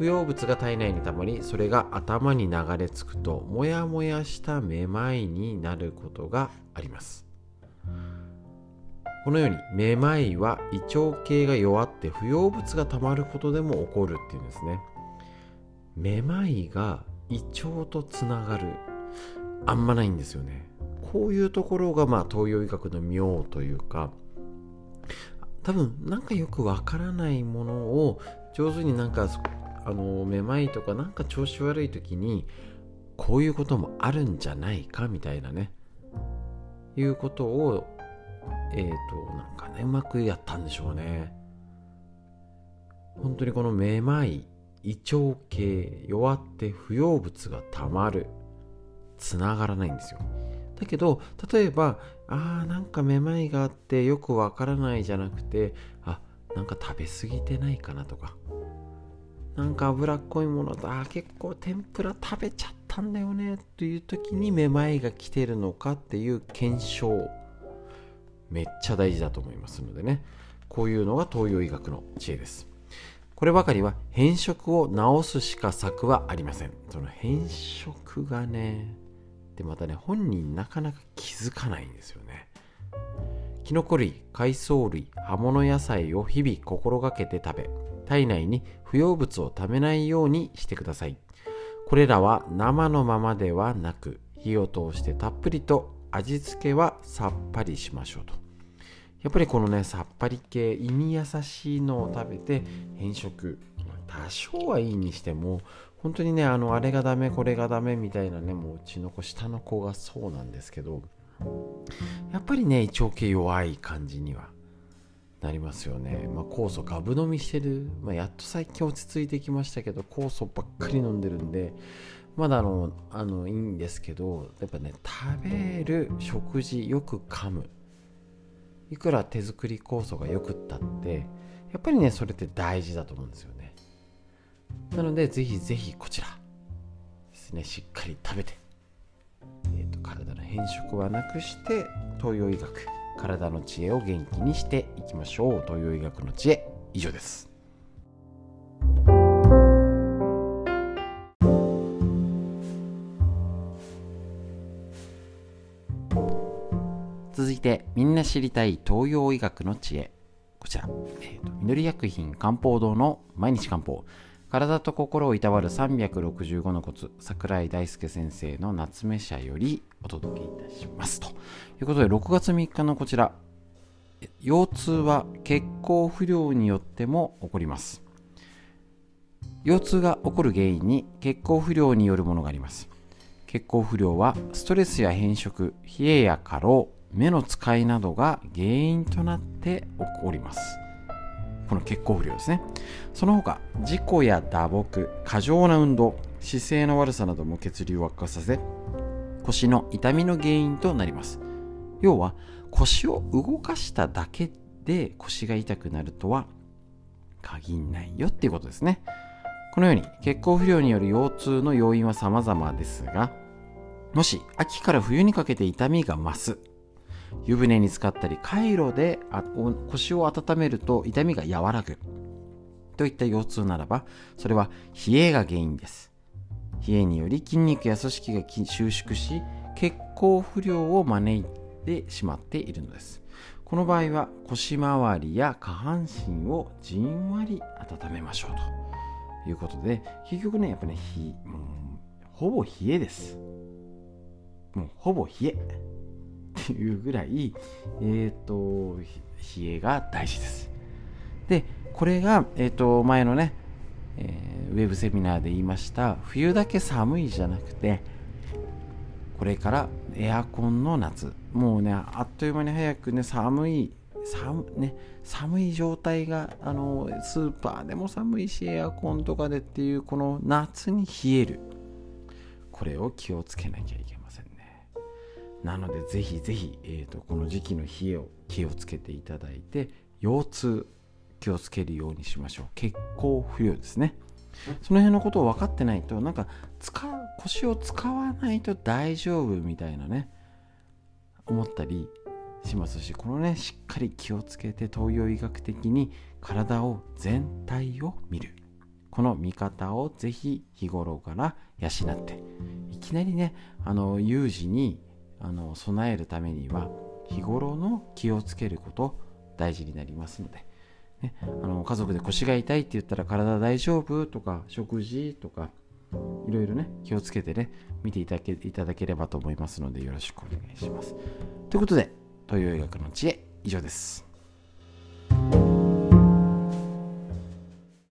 不要物が体内にたまり、それが頭に流れ着くともやもやしためまいになることがあります。このようにめまいは胃腸系が弱って不要物がたまることでも起こるっていうんですね。めまいが胃腸とつながる、あんまないんですよね。こういうところがまあ東洋医学の妙というか、多分なんかよくわからないものを上手になんかあのめまいとかなんか調子悪い時にこういうこともあるんじゃないかみたいなね、いうことをえっとなんかねうまくやったんでしょうね。本当にこのめまい、胃腸系弱って不要物がたまる、つながらないんですよ。だけど例えばあーなんかめまいがあってよくわからないじゃなくて、あなんか食べ過ぎてないかなとか、なんか脂っこいものだ、結構天ぷら食べちゃったんだよねという時にめまいが来てるのかっていう検証、めっちゃ大事だと思いますのでね、こういうのが東洋医学の知恵です。こればかりは変色を治すしか策はありません。その変色がね、でまたね本人なかなか気づかないんですよね。キノコ類、海藻類、葉物野菜を日々心がけて食べ、体内に不要物をためないようにしてください。これらは生のままではなく、火を通してたっぷりと、味付けはさっぱりしましょうと。やっぱりこのねさっぱり系、胃に優しいのを食べて変色、多少はいいにしても本当にねあのあれがダメこれがダメみたいなね、もううちの子下の子がそうなんですけど、やっぱりね胃腸系弱い感じにはなりますよね。まあ酵素ガブ飲みしてる、まあ、やっと最近落ち着いてきましたけど、酵素ばっかり飲んでるんでまだあのあのいいんですけど、やっぱね食べる食事よく噛む、いくら手作り酵素がよくったってやっぱりねそれって大事だと思うんですよね。なのでぜひぜひこちらですね、しっかり食べて、えーと、体の変色はなくして東洋医学、体の知恵を元気にしていきましょう。東洋医学の知恵、以上です。続いてみんな知りたい東洋医学の知恵、こちら、えーと、みのり薬品漢方堂の毎日漢方、体と心をいたわるさんびゃくろくじゅうごのコツ、櫻井大輔先生の夏目社よりお届けいたしますということで、ろくがつみっかのこちら、腰痛は血行不良によっても起こります。腰痛が起こる原因に血行不良によるものがあります。血行不良はストレスや変色、冷えや過労、目の使いなどが原因となって起こります。この血行不良ですね。その他、事故や打撲、過剰な運動、姿勢の悪さなども血流を悪化させ、腰の痛みの原因となります。要は腰を動かしただけで腰が痛くなるとは限らないよっていうことですね。このように血行不良による腰痛の要因は様々ですが、もし秋から冬にかけて痛みが増す、湯船に浸かったりカイロで腰を温めると痛みが和らぐといった腰痛ならば、それは冷えが原因です。冷えにより筋肉や組織が収縮し、血行不良を招いてしまっているのです。この場合は腰回りや下半身をじんわり温めましょうということで、結局ねやっぱねひもうほぼ冷えです。もうほぼ冷えっていうぐらい、えっと冷えが大事です。でこれが、えー、と前のね、えー、ウェブセミナーで言いました冬だけ寒いじゃなくて、これからエアコンの夏、もうねあっという間に早くね寒い寒,、ね、寒い状態があのスーパーでも寒いしエアコンとかでっていう、この夏に冷える、これを気をつけなきゃいけませんね。なのでぜひぜひ、えー、とこの時期の冷えを気をつけていただいて、腰痛気をつけるようにしましょう。血行不良ですね。その辺のことを分かってないと、なんか使う腰を使わないと大丈夫みたいなね思ったりしますし、このねしっかり気をつけて東洋医学的に体を全体を見る、 この見方をぜひ日頃から養って、いきなりねあの有事にあの備えるためには日頃の気をつけること大事になりますので、ね、あの家族で腰が痛いって言ったら体大丈夫とか食事とかいろいろね気をつけてね見ていただけ、いただければと思いますのでよろしくお願いします。ということで東洋医学の知恵以上です。